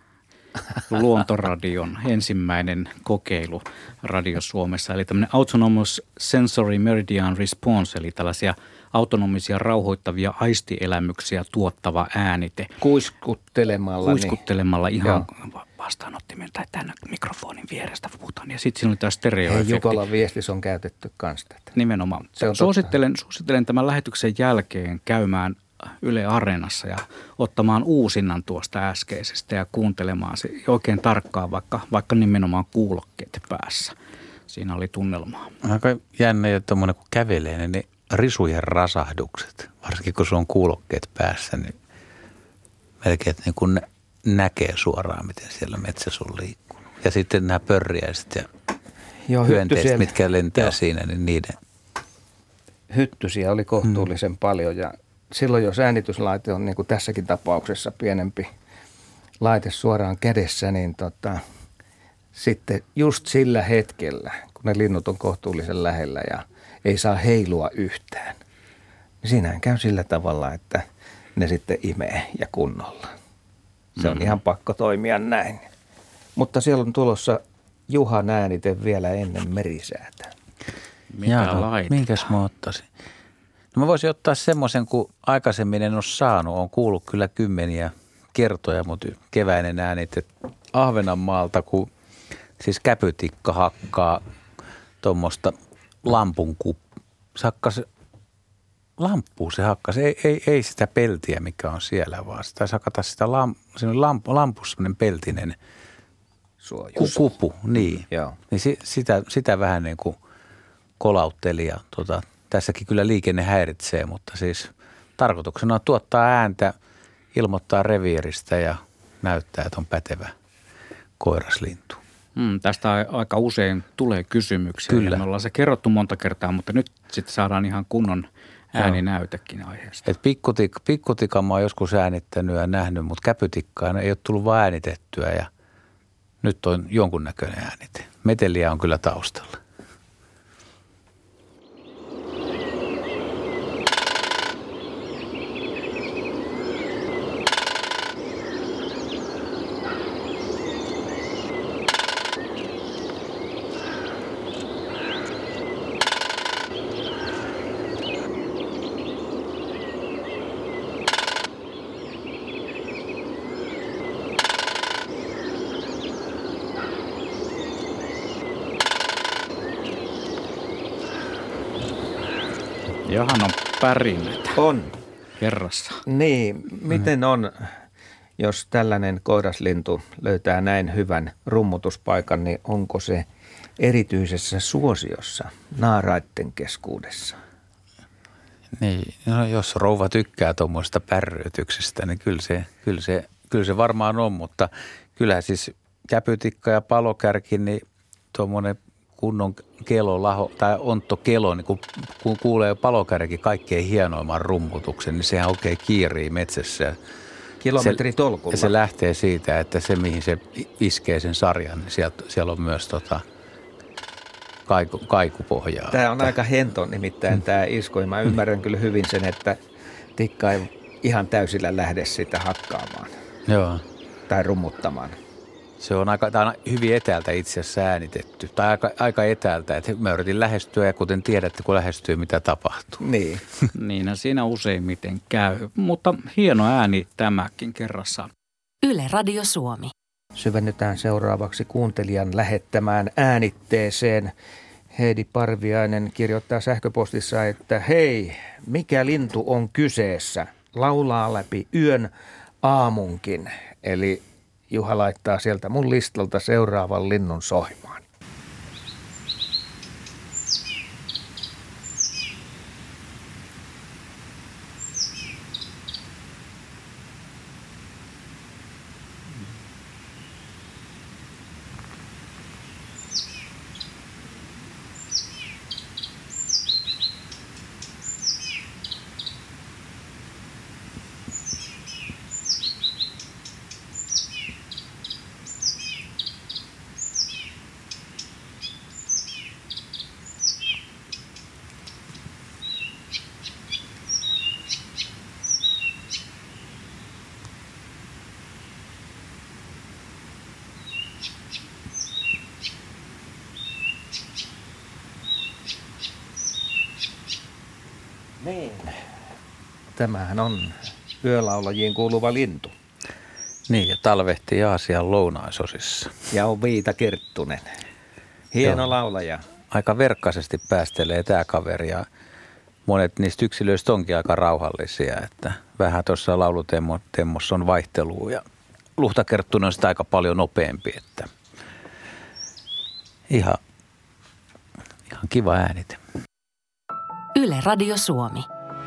S1: Luontoradion ensimmäinen kokeilu Radio Suomessa. Eli tämmöinen Autonomous Sensory Meridian Response, eli tällaisia autonomisia rauhoittavia aistielämyksiä tuottava äänite.
S3: Kuiskuttelemalla.
S1: Ihan vastaanottimen tai tämän mikrofonin vierestä puhutaan. Ja sitten siinä oli tämä stereoefekti.
S3: Jukolan viestissä on käytetty kans tätä.
S1: Nimenomaan. Suosittelen tämän lähetyksen jälkeen käymään Yle Areenassa ja ottamaan uusinnan tuosta äskeisestä ja kuuntelemaan se oikein tarkkaan, vaikka nimenomaan kuulokkeet päässä. Siinä oli tunnelmaa.
S2: Aika jännä ja tommoinen, kun kävelee, niin ne risujen rasahdukset, varsinkin kun se on kuulokkeet päässä, niin melkein niin kun näkee suoraan, miten siellä metsässä on liikkunut. Ja sitten nämä pörriäiset ja hyönteiset, mitkä lentää siinä, niin niiden.
S3: Hyttysiä oli kohtuullisen paljon ja silloin, jos äänityslaite on niin kuin tässäkin tapauksessa pienempi laite suoraan kädessä, niin sitten just sillä hetkellä, kun ne linnut on kohtuullisen lähellä ja ei saa heilua yhtään, niin siinähän käy sillä tavalla, että ne sitten imee ja kunnolla. Se on ihan pakko toimia näin. Mutta siellä on tulossa Juhan äänite vielä ennen merisäätä.
S1: Mitä laittaa?
S2: Minkäs mä ottaisin? No mä voisin ottaa semmoisen, kun aikaisemmin en ole saanut. Olen kuullut kyllä kymmeniä kertoja, mutta keväinen äänite Ahvenanmaalta, kun siis käpytikka hakkaa tuommoista lamppua se hakkasi. Ei sitä peltiä, mikä on siellä, vaan se taisi hakata sitä lampussa semmoinen peltinen
S3: suojus.
S2: Kupu, niin.
S3: Joo.
S2: Niin sitä vähän niin kuin kolautteli ja tässäkin kyllä liikenne häiritsee, mutta siis tarkoituksena on tuottaa ääntä, ilmoittaa reviiristä ja näyttää, että on pätevä koiraslintu.
S1: Tästä aika usein tulee kysymyksiä.
S2: Kyllä.
S1: Me ollaan se kerrottu monta kertaa, mutta nyt sitten saadaan ihan kunnon ääninäytekin aiheesta.
S2: Et pikkutikan mä oon joskus äänittänyt ja nähnyt, mutta käpytikkaa ei ole tullut vaan äänitettyä ja nyt on jonkunnäköinen äänite. Meteliä on kyllä taustalla.
S1: Johan on pärinnetä.
S3: On.
S1: Kerrassa.
S3: Niin, miten on, jos tällainen koiraslintu löytää näin hyvän rummutuspaikan, niin onko se erityisessä suosiossa naaraitten keskuudessa?
S2: Niin, no jos rouva tykkää tuommoista pärryytyksestä, niin kyllä se varmaan on, mutta kyllähän siis käpytikka ja palokärki, niin tuommoinen kunnon kelolaho tai onttokelo, niin kun kuulee palokärki kaikkein hienoimman rummutuksen, niin sehän oikein kiirii metsässä.
S3: Kilometritolkulla.
S2: Ja se lähtee siitä, että se mihin se iskee sen sarjan, niin siellä on myös kaikupohjaa.
S3: Tämä on aika hento nimittäin tämä isku. Mä ymmärrän kyllä hyvin sen, että tikka ei ihan täysillä lähde sitä hakkaamaan.
S2: Joo.
S3: Tai rummuttamaan.
S2: Se on tämä on hyvin etäältä itse asiassa äänitetty. Tai aika etäältä, että mä yritin lähestyä ja kuten tiedätte, kun lähestyy, mitä tapahtuu.
S3: Niin.
S1: Niinhän siinä useimmiten käy, mutta hieno ääni tämäkin kerrassaan.
S4: Yle Radio Suomi.
S3: Syvennytään seuraavaksi kuuntelijan lähettämään äänitteeseen. Heidi Parviainen kirjoittaa sähköpostissa, että hei, mikä lintu on kyseessä? Laulaa läpi yön aamunkin. Eli Juha laittaa sieltä mun listalta seuraavan linnun soimaan. Niin. Tämähän on yölaulajiin kuuluva lintu.
S2: Niin, ja talvehtii Aasian lounaisosissa.
S3: Ja on Viita Kerttunen. Hieno
S2: Joo.
S3: laulaja.
S2: Aika verkkaisesti päästelee tämä kaveri ja monet niistä yksilöistä onkin aika rauhallisia, että vähän tuossa laulutemmossa on vaihtelua ja Luhtakerttunen on sitä aika paljon nopeampi, että ihan kiva äänite.
S4: Yle Radio Suomi.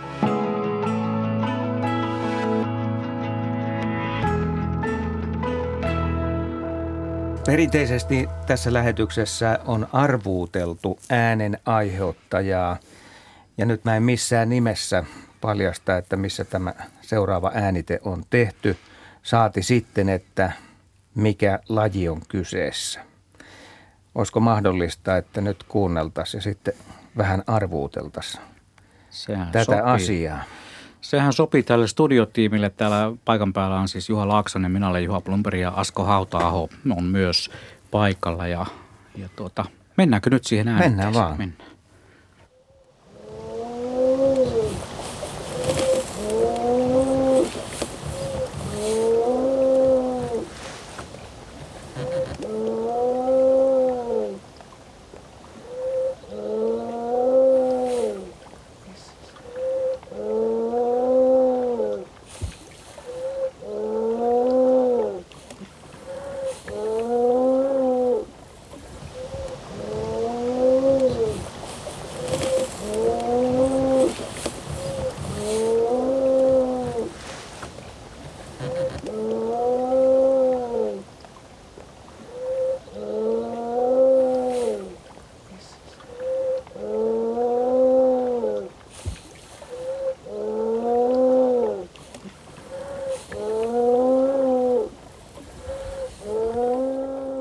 S3: Perinteisesti tässä lähetyksessä on arvuuteltu äänen aiheuttajaa. Ja nyt mä en missään nimessä paljasta, että missä tämä seuraava äänite on tehty. Saati sitten, että mikä laji on kyseessä. Olisiko mahdollista, että nyt kuunneltaisiin ja sitten vähän arvuuteltaisiin tätä
S1: sopii.
S3: asiaa?
S1: Sehän sopii tälle studiotiimille. Täällä paikan päällä on siis Juha Laaksonen, minä olen Juha Blomberg ja Asko Hauta-aho on myös paikalla. Ja mennäänkö nyt siihen äänitteeseen?
S3: Mennään vaan.
S1: Mennään.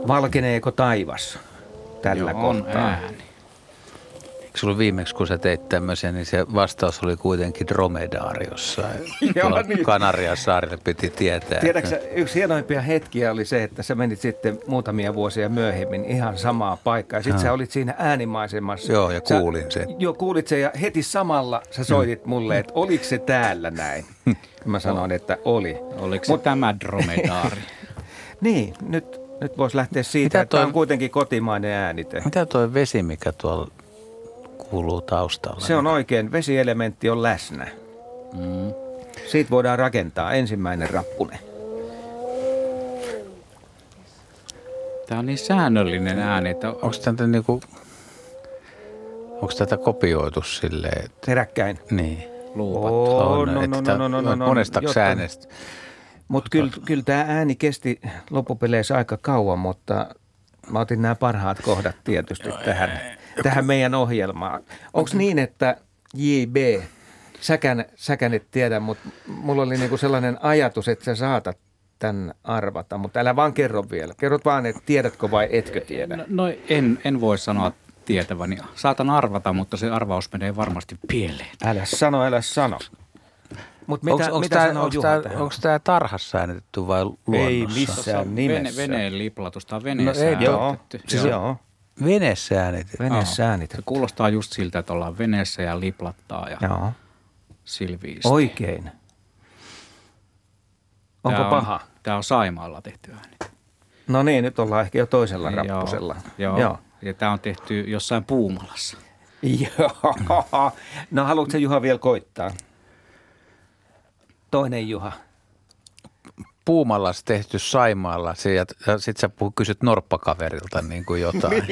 S3: Valkeneeko taivas tällä
S1: on
S3: kohtaa?
S1: ääni.
S2: Eikö sulla viimeksi, kun sä teit tämmöisen, niin se vastaus oli kuitenkin dromedaari jossain.
S3: Joo, niin.
S2: Kanariasaarille piti tietää.
S3: Tiedätkö, yksi hienoimpia hetkiä oli se, että sä menit sitten muutamia vuosia myöhemmin ihan samaa paikkaa. Ja sitten sä olit siinä äänimaisemassa.
S2: Joo, ja kuulin sen.
S3: Joo, kuulit sen ja heti samalla sä soitit mulle, että oliko se täällä näin. Mä sanoin, että oli.
S1: Oliko se tämä dromedaari?
S3: Niin, nyt voisi lähteä siitä, että tämä on kuitenkin kotimainen äänite.
S2: Mitä tuo vesi, mikä tuolla kuuluu taustalla?
S3: Se on oikein, vesielementti on läsnä. Siitä voidaan rakentaa ensimmäinen rappune.
S1: Tämä on niin säännöllinen ääni, että
S2: Onko tätä kopioitu silleen?
S3: Peräkkäin.
S2: Niin.
S3: No,
S2: monestaksi äänestä?
S3: Mutta kyllä tämä ääni kesti loppupeleissä aika kauan, mutta mä otin nämä parhaat kohdat tietysti tähän meidän ohjelmaan. Onko niin, että JB, säkään et tiedä, mutta mulla oli niinku sellainen ajatus, että sä saatat tämän arvata, mutta älä vaan kerro vielä. Kerrot vaan, että tiedätkö vai etkö tiedä.
S1: No en voi sanoa tietäväni. Saatan arvata, mutta se arvaus menee varmasti pieleen.
S3: Älä sano. Mutta mitä sanoo Juha tähän?
S2: Onko tämä tarhassa äänitetty vai luonnossa?
S3: Ei missään nimessä.
S1: Veneen liplatusta on veneessä
S3: äänitetty.
S1: Joo.
S2: Veneessä äänitetty?
S3: Veneessä äänitetty.
S1: Se kuulostaa just siltä, että ollaan veneessä ja liplattaa ja silviisti.
S3: Oikein. Onko paha?
S1: Tämä on Saimaalla tehty ääni.
S3: No niin, nyt ollaan ehkä jo toisella rappusella.
S1: Joo. Ja tämä on tehty jossain Puumalassa.
S3: Joo. No haluatko Juha vielä koittaa? Toinen Juha.
S2: Puumalassa tehty Saimaalla ja sit sä kysyt norppakaverilta niin kuin jotain.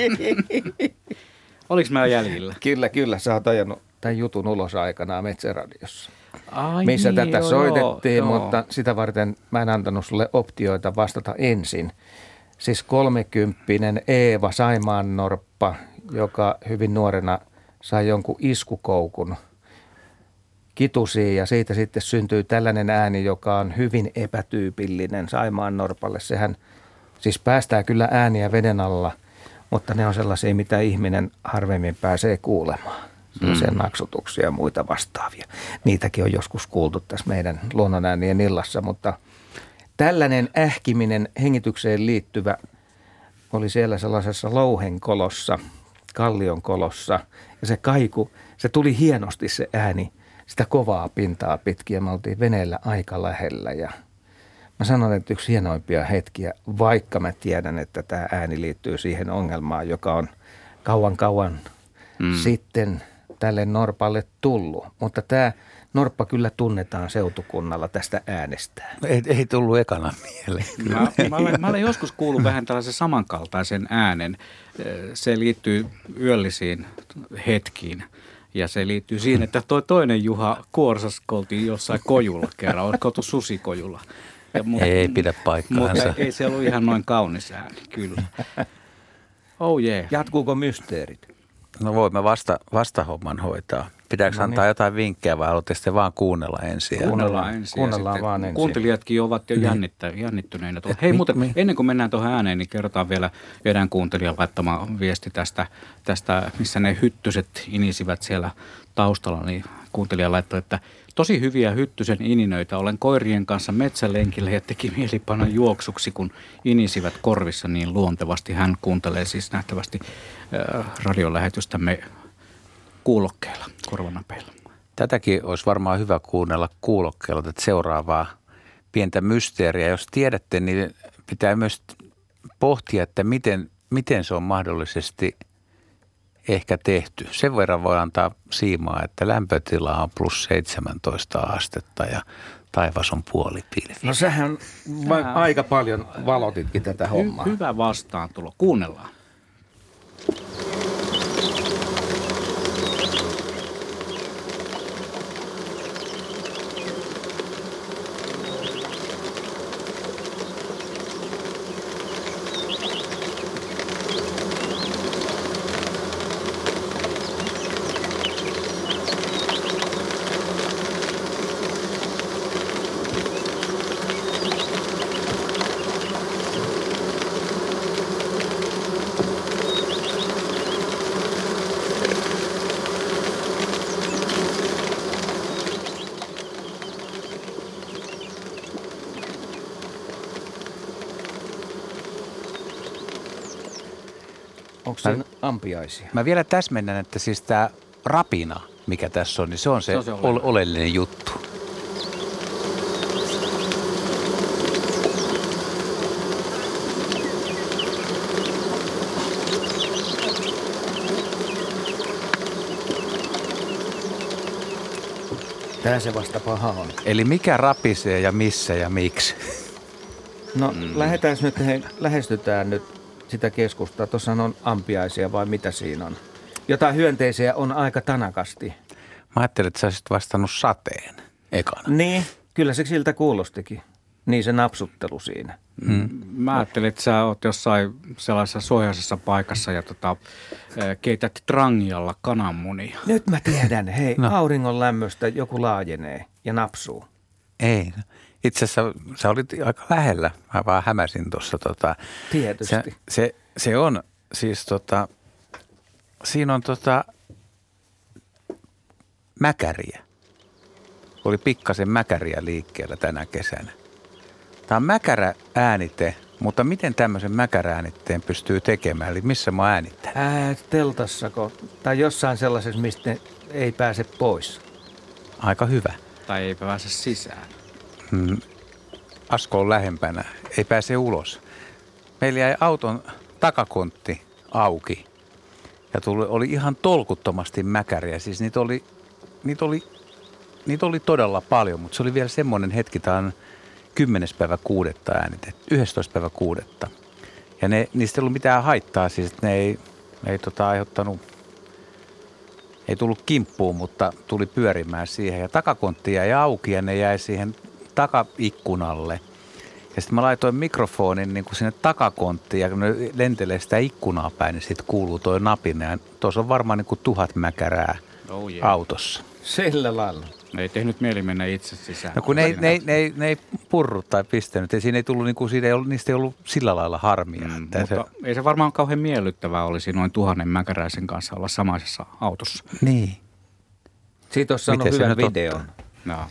S1: Oliko mä jäljillä?
S3: Kyllä. Sä oot ajanut tämän jutun ulos aikanaan Metsäradiossa.
S1: Ai
S3: missä
S1: niin,
S3: tätä soitettiin,
S1: joo.
S3: mutta sitä varten mä en antanut sulle optioita vastata ensin. Siis 30-vuotias Eeva Saimaannorppa, joka hyvin nuorena sai jonkun iskukoukun kitusiin ja siitä sitten syntyy tällainen ääni, joka on hyvin epätyypillinen Saimaannorpalle. Sehän siis päästää kyllä ääniä veden alla, mutta ne on sellaisia, mitä ihminen harvemmin pääsee kuulemaan. Sellaisia naksutuksia ja muita vastaavia. Niitäkin on joskus kuultu tässä meidän luonnonäänien illassa, mutta tällainen ähkiminen hengitykseen liittyvä oli siellä sellaisessa louhenkolossa, kallionkolossa ja se kaiku, se tuli hienosti se ääni sitä kovaa pintaa pitkin ja me oltiin veneellä aika lähellä ja mä sanon, että yksi hienoimpia hetkiä, vaikka mä tiedän, että tämä ääni liittyy siihen ongelmaan, joka on kauan sitten tälle norpalle tullut. Mutta tämä norppa kyllä tunnetaan seutukunnalla tästä äänestään.
S2: Ei tullut ekana mieleen.
S1: Mä olen joskus kuullut vähän tällaisen samankaltaisen äänen. Se liittyy yöllisiin hetkiin. Ja se liittyy siihen, että toinen Juha kuorsaskoltiin jossain kojulla kerran. Oletko oltu susikojulla?
S2: Ei pidä paikkaansa.
S1: Mutta ei se ollut ihan noin kaunis ääni, kyllä. Oh yeah.
S3: Jatkuuko mysteerit?
S2: No voimme vastahomman hoitaa. Pitääkö antaa jotain vinkkejä vai haluatte sitten vaan kuunnella ensin?
S3: Kuunnellaan vaan ensin.
S1: Kuuntelijatkin ovat jo jännittyneinä. Hei muuten, ennen kuin mennään tuohon ääneen, niin kerrotaan vielä meidän kuuntelijan laittama viesti tästä, missä ne hyttyset inisivät siellä taustalla. Niin kuuntelija laittoi, että tosi hyviä hyttysen ininöitä. Olen koirien kanssa metsälenkillä ja teki mieli panna juoksuksi, kun inisivät korvissa niin luontevasti. Hän kuuntelee siis nähtävästi radiolähetystämme kuulokkeilla, korvanapeilla.
S2: Tätäkin olisi varmaan hyvä kuunnella kuulokkeilla, että seuraavaa pientä mysteeriä. Jos tiedätte, niin pitää myös pohtia, että miten se on mahdollisesti ehkä tehty. Sen verran voi antaa siimaa, että lämpötila on plus 17 astetta ja taivas on puolipilvi.
S3: No sähän aika paljon valotitkin tätä hommaa.
S1: Hyvä vastaantulo. Kuunnellaan.
S3: Onko siinä ampiaisia?
S2: Mä vielä täsmennän, että siis tämä rapina, mikä tässä on, niin se on se oleellinen juttu.
S3: Tää se vasta paha on.
S2: Eli mikä rapisee ja missä ja miksi?
S3: No lähestytään nyt sitä keskustaa. Tuossa on ampiaisia vai mitä siinä on? Jotain hyönteisiä on aika tanakasti.
S2: Mä ajattelin, että sä olisit vastannut sateen ekana.
S3: Niin, kyllä se siltä kuulostikin. Niin se napsuttelu siinä.
S1: Mä ajattelin, että sä oot jossain sellaisessa suojaisessa paikassa ja keität trangialla kananmunia.
S3: Nyt mä tiedän. Hei, auringon lämmöstä joku laajenee ja napsuu.
S2: Ei. Itse asiassa sä olit aika lähellä. Mä vaan hämäsin tuossa.
S3: Tietysti.
S2: Se on siis siinä on mäkäriä. Oli pikkasen mäkäriä liikkeellä tänä kesänä. Tämä on mäkärä äänite, mutta miten tämmöisen mäkärä äänitteen pystyy tekemään? Eli missä mä äänittän?
S3: Teltassako? Tai jossain sellaisessa, mistä ei pääse pois.
S2: Aika hyvä.
S1: Tai ei pääse sisään.
S2: Asko on lähempänä. Ei pääse ulos. Meillä jäi auton takakontti auki. Ja oli ihan tolkuttomasti mäkäriä. Siis niitä oli todella paljon, mutta se oli vielä semmoinen hetki, tämä on 10.6. äänitetty, 11.6. Ja niistä ei ollut mitään haittaa, siis ne ei aiheuttanut, ei tullut kimppuun, mutta tuli pyörimään siihen. Ja takakontti jäi auki ja ne jäi siihen takaikkunalle. Ja sitten mä laitoin mikrofonin niin kuin sinne takakonttiin ja kun ne lentelee sitä ikkunaa päin, niin sitten kuuluu toi napina. Ja tuossa on varmaan niin kuin 1000 mäkärää autossa.
S3: Sillä lailla.
S1: Ei tehnyt mieli mennä itse sisään.
S2: No kun ne ei purru tai pistänyt. Ja siinä ei tullut, niistä ei ollut sillä lailla harmia.
S1: Mutta ei se varmaan kauhean miellyttävää olisi noin 1000 mäkäräisen kanssa olla samaisessa autossa.
S2: Niin.
S3: Siitä olisi saanut hyvän videon.
S1: No.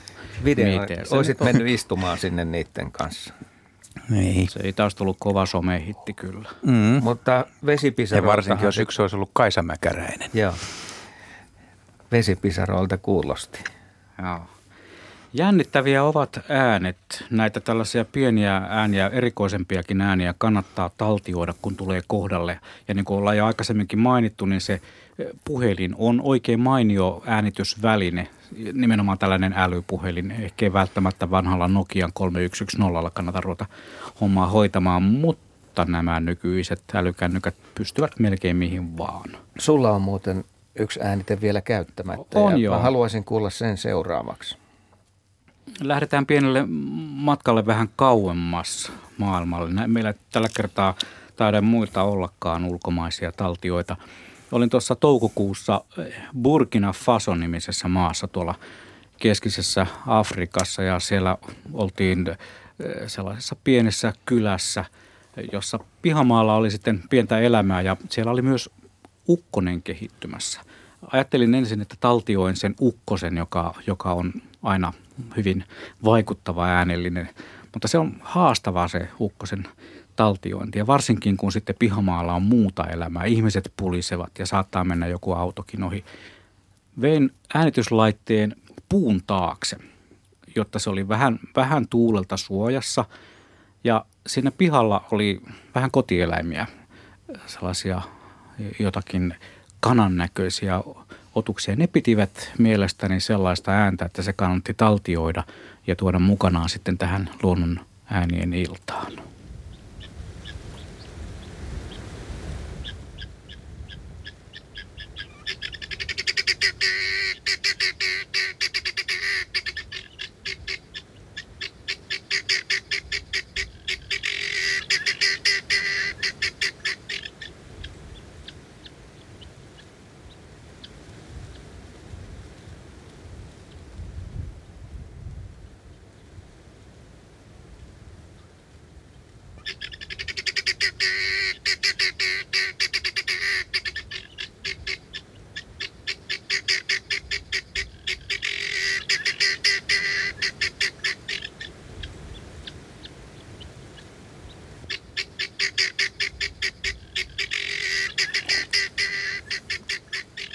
S3: Oisit mennyt istumaan sinne niiden kanssa.
S2: Niin.
S1: Se ei taas tullut kova somehitti kyllä.
S3: Mutta vesipisaroilta...
S2: Ja varsinkin, jos yksi olisi ollut Kaisa Mäkäräinen.
S3: Joo. Vesipisaroilta kuulosti.
S1: Joo. Jännittäviä ovat äänet. Näitä tällaisia pieniä ääniä, erikoisempiakin ääniä kannattaa taltioida, kun tulee kohdalle. Ja niin kuin ollaan jo aikaisemminkin mainittu, niin se puhelin on oikein mainio äänitysväline. Nimenomaan tällainen älypuhelin. Ehkä ei välttämättä vanhalla Nokian 3110 kannata ruveta hommaa hoitamaan, mutta nämä nykyiset älykännykät pystyvät melkein mihin vaan.
S3: Sulla on muuten yksi äänite vielä käyttämättä.
S1: On
S3: ja
S1: joo.
S3: Mä haluaisin kuulla sen seuraavaksi.
S1: Lähdetään pienelle matkalle vähän kauemmas maailmalle. Meillä tällä kertaa taida muilta ollakaan ulkomaisia taltioita. Olin tuossa toukokuussa Burkina Faso-nimisessä maassa tuolla keskisessä Afrikassa ja siellä oltiin sellaisessa pienessä kylässä, jossa pihamaalla oli sitten pientä elämää ja siellä oli myös ukkonen kehittymässä. Ajattelin ensin, että taltioin sen ukkosen, joka on aina hyvin vaikuttava äänellinen, mutta se on haastavaa se ukkosen taltiointi ja varsinkin kun sitten pihamaalla on muuta elämää, ihmiset pulisevat ja saattaa mennä joku autokin ohi. Vein äänityslaitteen puun taakse, jotta se oli vähän tuulelta suojassa ja siinä pihalla oli vähän kotieläimiä, sellaisia jotakin kanan näköisiä otuksia. Ne pitivät mielestäni sellaista ääntä, että se kannatti taltioida ja tuoda mukanaan sitten tähän luonnon äänien iltaan.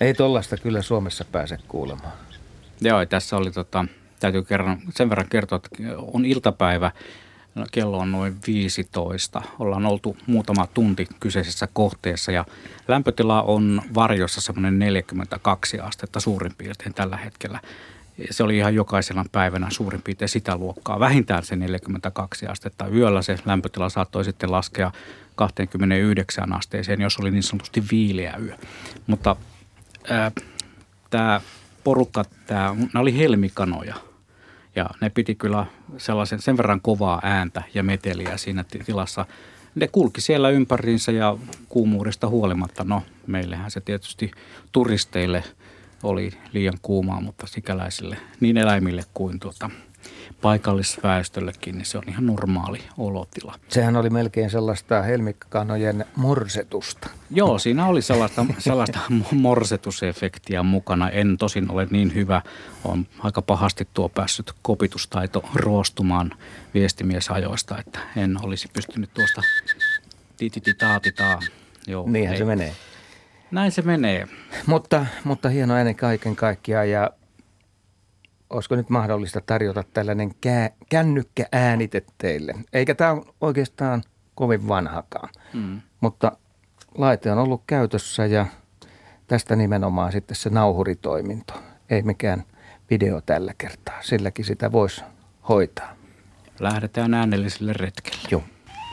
S3: Ei tollaista kyllä Suomessa pääse kuulemaan.
S1: Joo, tässä oli täytyy sen verran kertoa, että on iltapäivä, kello on noin 15. Ollaan oltu muutama tunti kyseisessä kohteessa ja lämpötila on varjossa semmoinen 42 astetta suurin piirtein tällä hetkellä. Se oli ihan jokaisena päivänä suurin piirtein sitä luokkaa, vähintään se 42 astetta. Yöllä se lämpötila saattoi sitten laskea 29 asteeseen, jos oli niin sanotusti viileä yö. Mutta tämä porukka, nämä oli helmikanoja ja ne piti kyllä sen verran kovaa ääntä ja meteliä siinä tilassa. Ne kulki siellä ympäriinsä ja kuumuudesta huolimatta, no meillähän se tietysti turisteille oli liian kuumaa, mutta sikäläisille niin eläimille kuin paikallisväestöllekin, niin se on ihan normaali olotila.
S3: Sehän oli melkein sellaista helmikkanojen morsetusta.
S1: Joo, siinä oli sellaista morsetusefektiä mukana. En tosin ole niin hyvä. On aika pahasti päässyt kopitustaito roostumaan viestimiesajoista, että en olisi pystynyt tuosta titititaatitaa. Joo,
S3: niinhän se menee.
S1: Näin se menee.
S3: Mutta hieno ääni kaiken kaikkiaan ja olisiko nyt mahdollista tarjota tällainen kännykkääänite teille? Eikä tämä ole oikeastaan kovin vanhakaan, mutta laite on ollut käytössä ja tästä nimenomaan sitten se nauhuritoiminto. Ei mikään video tällä kertaa, silläkin sitä voisi hoitaa.
S1: Lähdetään äänelliselle retkelle.
S3: Joo.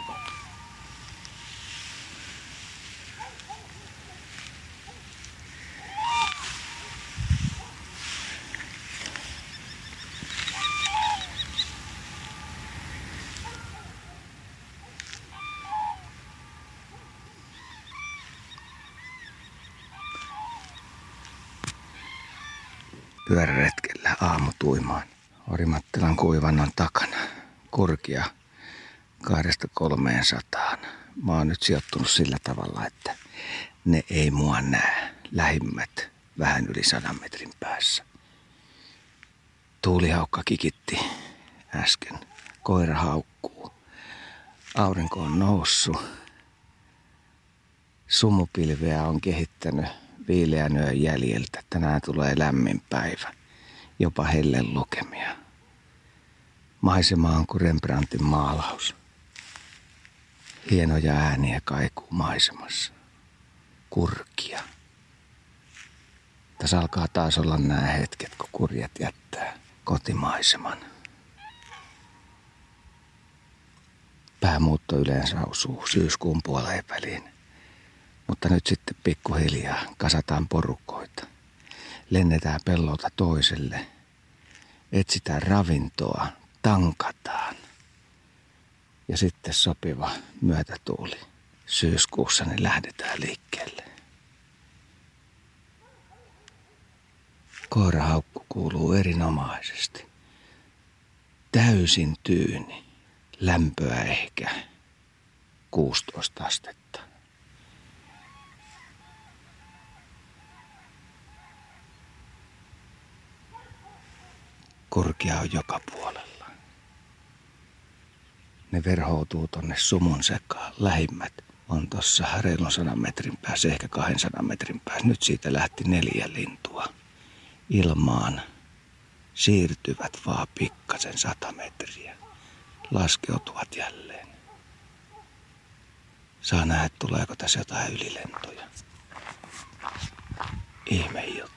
S5: Pyöräretkellä aamutuimaan Orimattilan kuivannon takana. Kurkia 200–300. Mä oon nyt sijoittunut sillä tavalla, että ne ei mua näe. Lähimmät vähän yli 100 metrin päässä. Tuulihaukka kikitti äsken. Koira haukkuu. Aurinko on noussut. Sumupilveä on kehittänyt viileän yön jäljiltä. Tänään tulee lämmin päivä. Jopa hellen lukemia. Maisema on kuin Rembrandtin maalaus. Hienoja ääniä kaikuu maisemassa. Kurkia. Tässä alkaa taas olla nämä hetket, kun kurjat jättää kotimaiseman. Päämuutto yleensä osuu syyskuun puoleen väliin. Mutta nyt sitten pikkuhiljaa kasataan porukoita. Lennetään pellolta toiselle. Etsitään ravintoa. Tankataan. Ja sitten sopiva myötätuuli. Syyskuussa niin lähdetään liikkeelle. Koirahaukku kuuluu erinomaisesti. Täysin tyyni. Lämpöä ehkä 16 astetta. Kurkia on joka puolella. Ne verhoutuu tonne sumun sekaan. Lähimmät on tossa reilun 100 metrin päässä, ehkä 200 metrin päässä. Nyt siitä lähti 4 lintua. Ilmaan siirtyvät vaan pikkasen 100 metriä. Laskeutuvat jälleen. Saa nähdä, tuleeko tässä jotain ylilentoja. Ihme juttu.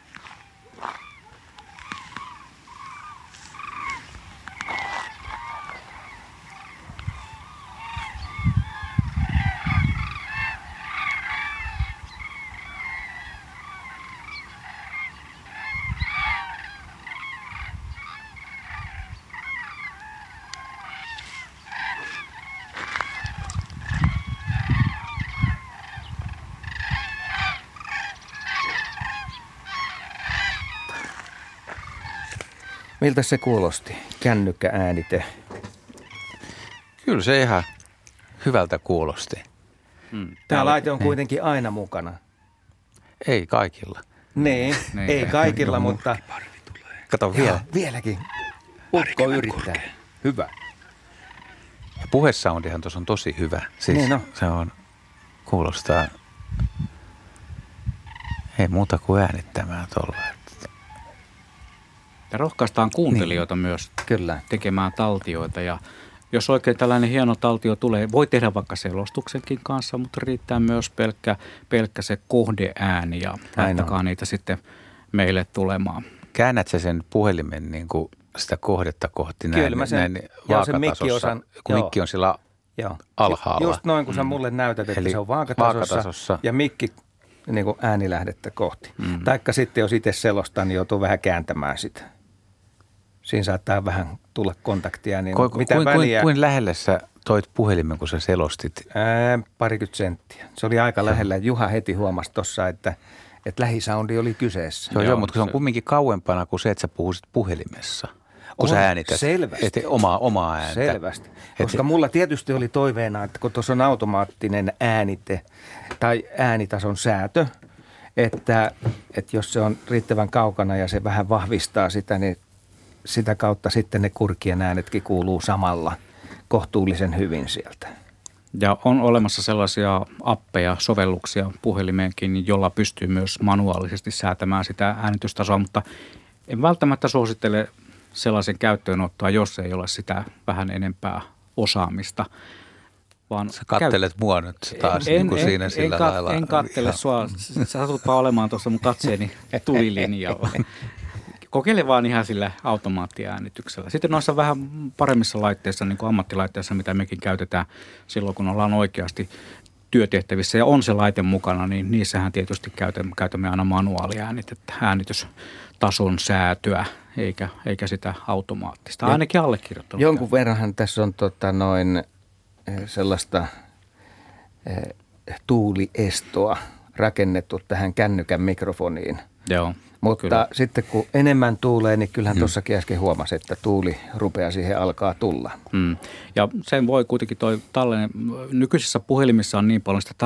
S3: Miltä se kuulosti, kännykkääänite?
S2: Kyllä se ihan hyvältä kuulosti.
S3: Tämä laite on kuitenkin aina mukana.
S2: Ei kaikilla.
S3: Niin, ei kaikilla, mutta
S2: Kato vielä.
S3: joo, vieläkin. Ukko yrittää. Hyvä.
S2: Ja puhesoundihan tuossa on tosi hyvä. Siis
S3: niin no.
S2: se on, kuulostaa, Ei muuta kuin äänittämään tuolla.
S1: Ja rohkaistaan kuuntelijoita myös
S3: Kyllä.
S1: tekemään taltioita ja jos oikein tällainen hieno taltio tulee, voi tehdä vaikka selostuksenkin kanssa, mutta riittää myös pelkkä se kohdeääni ja laittakaa niitä sitten meille tulemaan.
S2: Käännät sä sen puhelimen niin kuin sitä kohdetta kohti näin
S3: vaakatasossa,
S2: kun mikki on sillä alhaalla.
S3: Just noin, kun sä mulle näytät, että se on vaakatasossa ja mikki niin kuin äänilähdettä kohti. Taikka sitten, jos itse selostaa, niin joutuu vähän kääntämään sitä. Siinä saattaa vähän tulla kontaktia. Niin
S2: kuin lähellä sä toit puhelimen, kun sä selostit?
S3: Parikymmentä senttiä. Se oli aika lähellä. Juha heti huomasi tuossa, että lähisoundi oli kyseessä.
S2: Joo, mutta se on kumminkin kauempana kuin se, että sä puhuisit puhelimessa. Kun sä äänität omaa ääntä.
S3: Selvästi. Koska mulla tietysti oli toiveena, että kun tuossa on automaattinen äänite tai äänitason säätö, että jos se on riittävän kaukana ja se vähän vahvistaa sitä, niin sitä kautta sitten ne kurkien äänetkin kuuluu samalla kohtuullisen hyvin sieltä.
S1: Ja on olemassa sellaisia appeja, sovelluksia puhelimeenkin, jolla pystyy myös manuaalisesti säätämään sitä äänitystasoa, mutta en välttämättä suosittele sellaisen käyttöönottoa, jos ei ole sitä vähän enempää osaamista. Vaan
S2: sä kattelet mua nyt taas niin kuin siinä sillä lailla.
S1: En kattele sua. Sä satutpa olemaan tuossa mun katseeni tulilinjalla. Kokeile vaan ihan sillä automaattiäänityksellä. Sitten noissa vähän paremmissa laitteissa, niin kuin ammattilaitteissa, mitä mekin käytetään silloin, kun ollaan oikeasti työtehtävissä ja on se laite mukana, niin niissähän tietysti käytämme aina manuaaliäänitettä, äänitystason säätöä, eikä sitä automaattista. Ainakin allekirjoittanut.
S3: Jonkun verranhan tässä on sellaista tuuliestoa rakennettu tähän kännykän mikrofoniin.
S1: Joo.
S3: Mutta
S1: kyllä.
S3: Sitten kun enemmän tuulee, niin kyllähän tuossakin äsken huomasi, että tuuli rupeaa siihen alkaa tulla.
S1: Ja sen voi kuitenkin nykyisissä puhelimissa on niin paljon sitä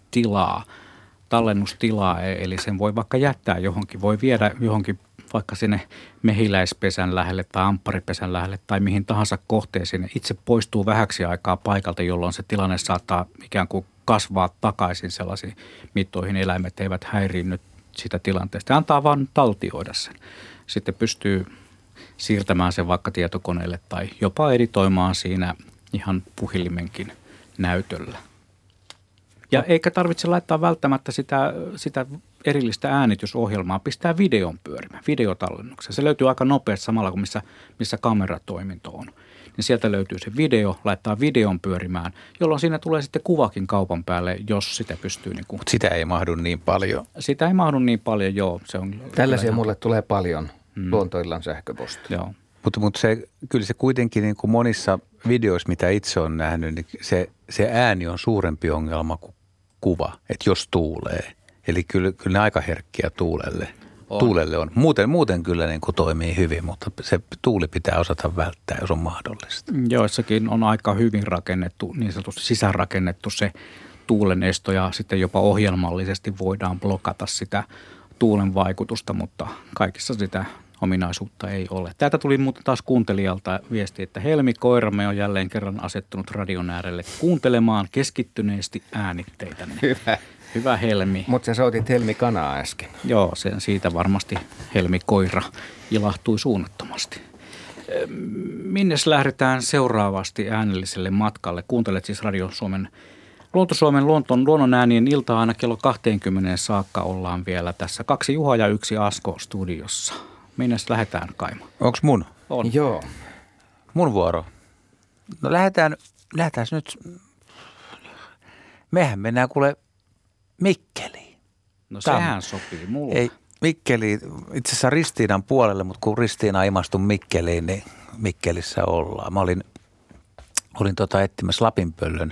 S1: tallennustilaa, eli sen voi vaikka jättää johonkin, voi viedä johonkin vaikka sinne mehiläispesän lähelle tai ampparipesän lähelle tai mihin tahansa kohteeseen. Itse poistuu vähäksi aikaa paikalta, jolloin se tilanne saattaa ikään kuin kasvaa takaisin sellaisiin mittoihin. Eläimet eivät häiriinny sitä tilanteesta. Ja antaa vaan taltioida sen. Sitten pystyy siirtämään sen vaikka tietokoneelle tai jopa editoimaan siinä ihan puhelimenkin näytöllä. Ja eikä tarvitse laittaa välttämättä sitä erillistä äänitysohjelmaa, pistää videon pyörimään, videotallennuksen. Se löytyy aika nopeasti samalla kuin missä kameratoiminto on. Niin sieltä löytyy se video, laittaa videon pyörimään, jolloin siinä tulee sitten kuvakin kaupan päälle, jos sitä pystyy.
S2: Sitä ei mahdu niin paljon.
S1: Sitä ei mahdu niin paljon, joo. Se on
S3: tällaisia mulle tulee paljon luontoillan sähköposti.
S1: Joo.
S2: Mutta kyllä se kuitenkin niin kuin monissa videoissa, mitä itse olen nähnyt, niin se ääni on suurempi ongelma kuin kuva, että jos tuulee. Eli kyllä ne aika herkkiä tuulelle on. Muuten kyllä niin kuin toimii hyvin, mutta se tuuli pitää osata välttää, jos on mahdollista.
S1: Joissakin on aika hyvin rakennettu, niin sanotusti sisäänrakennettu se tuulen esto ja sitten jopa ohjelmallisesti voidaan blokata sitä tuulen vaikutusta, mutta kaikissa sitä ominaisuutta ei ole. Täältä tuli muuten taas kuuntelijalta viesti, että Helmi koiramme on jälleen kerran asettunut radion äärelle kuuntelemaan keskittyneesti äänitteitä. Hyvä Helmi.
S3: Mutta sä soitit Helmi kanaa äsken.
S1: Joo, siitä varmasti Helmi koira ilahtui suunnattomasti. Minnes lähdetään seuraavasti äänelliselle matkalle? Kuuntelet siis Radio Suomen Luonto-Suomen luonnon äänien iltaa aina kello 20 saakka ollaan vielä tässä. 2 Juha ja 1 Asko studiossa. Minnes lähdetään, Kaima?
S2: Onks mun?
S1: On.
S3: Joo.
S2: Mun vuoro. No lähdetään nyt. Mehän mennään kuule Mikkeliin.
S1: No sehän sopii mulle.
S2: Ei, Mikkeliin, itse asiassa Ristiinan puolelle, mutta kun Ristiina imastui Mikkeliin, niin Mikkelissä ollaan. Mä olin etsimässä Lapinpöllön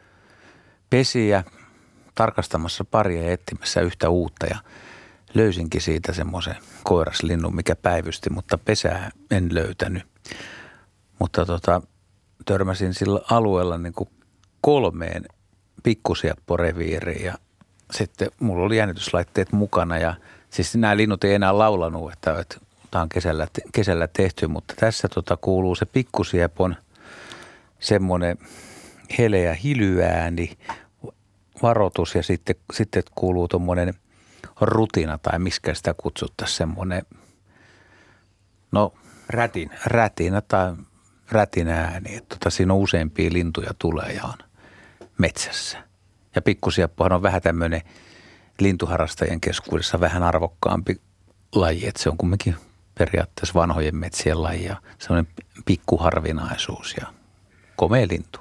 S2: pesiä, tarkastamassa paria ja etsimässä yhtä uutta ja löysinkin siitä semmoisen koiraslinnun, mikä päivysti, mutta pesää en löytänyt. Mutta törmäsin sillä alueella niin kuin 3 pikkusiepporeviiriin ja sitten mulla oli jännityslaitteet mukana ja siis nämä linnut ei enää laulanut, että tämä on kesällä tehty, mutta tässä kuuluu se pikkusiepon semmoinen heleä hilyääni, varoitus ja sitten kuuluu tuommoinen rutina tai miskä sitä kutsuttaisiin semmoinen, no rätinä tai rätinä ääni. Että siinä on useampia lintuja tulee ja on metsässä. Ja pikkusieppohan on vähän tämmöinen lintuharrastajien keskuudessa vähän arvokkaampi laji, että se on kumminkin periaatteessa vanhojen metsien laji ja semmoinen pikkuharvinaisuus ja komea lintu.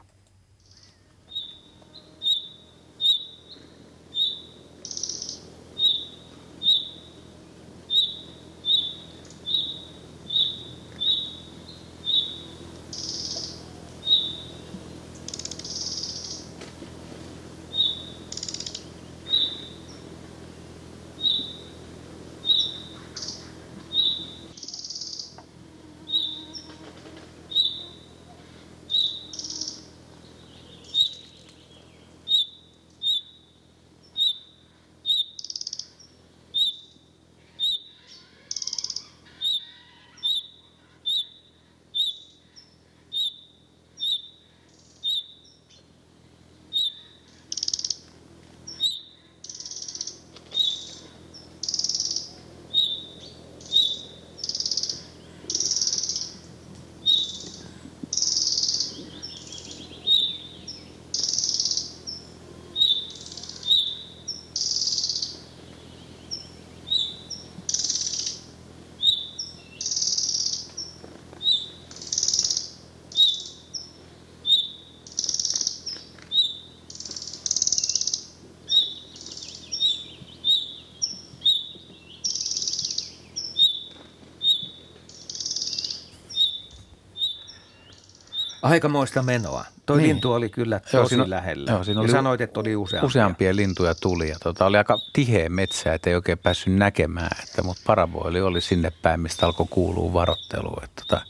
S3: Aikamoista menoa. Toi lintu oli kyllä tosi lähellä.
S2: Joo, siinä oli
S3: ja sanoit, että oli
S2: useampia lintuja tuli. Ja oli aika tiheä metsä, että ei oikein päässyt näkemään. Mutta paraboili oli sinne päin, mistä alkoi kuulua varoittelua.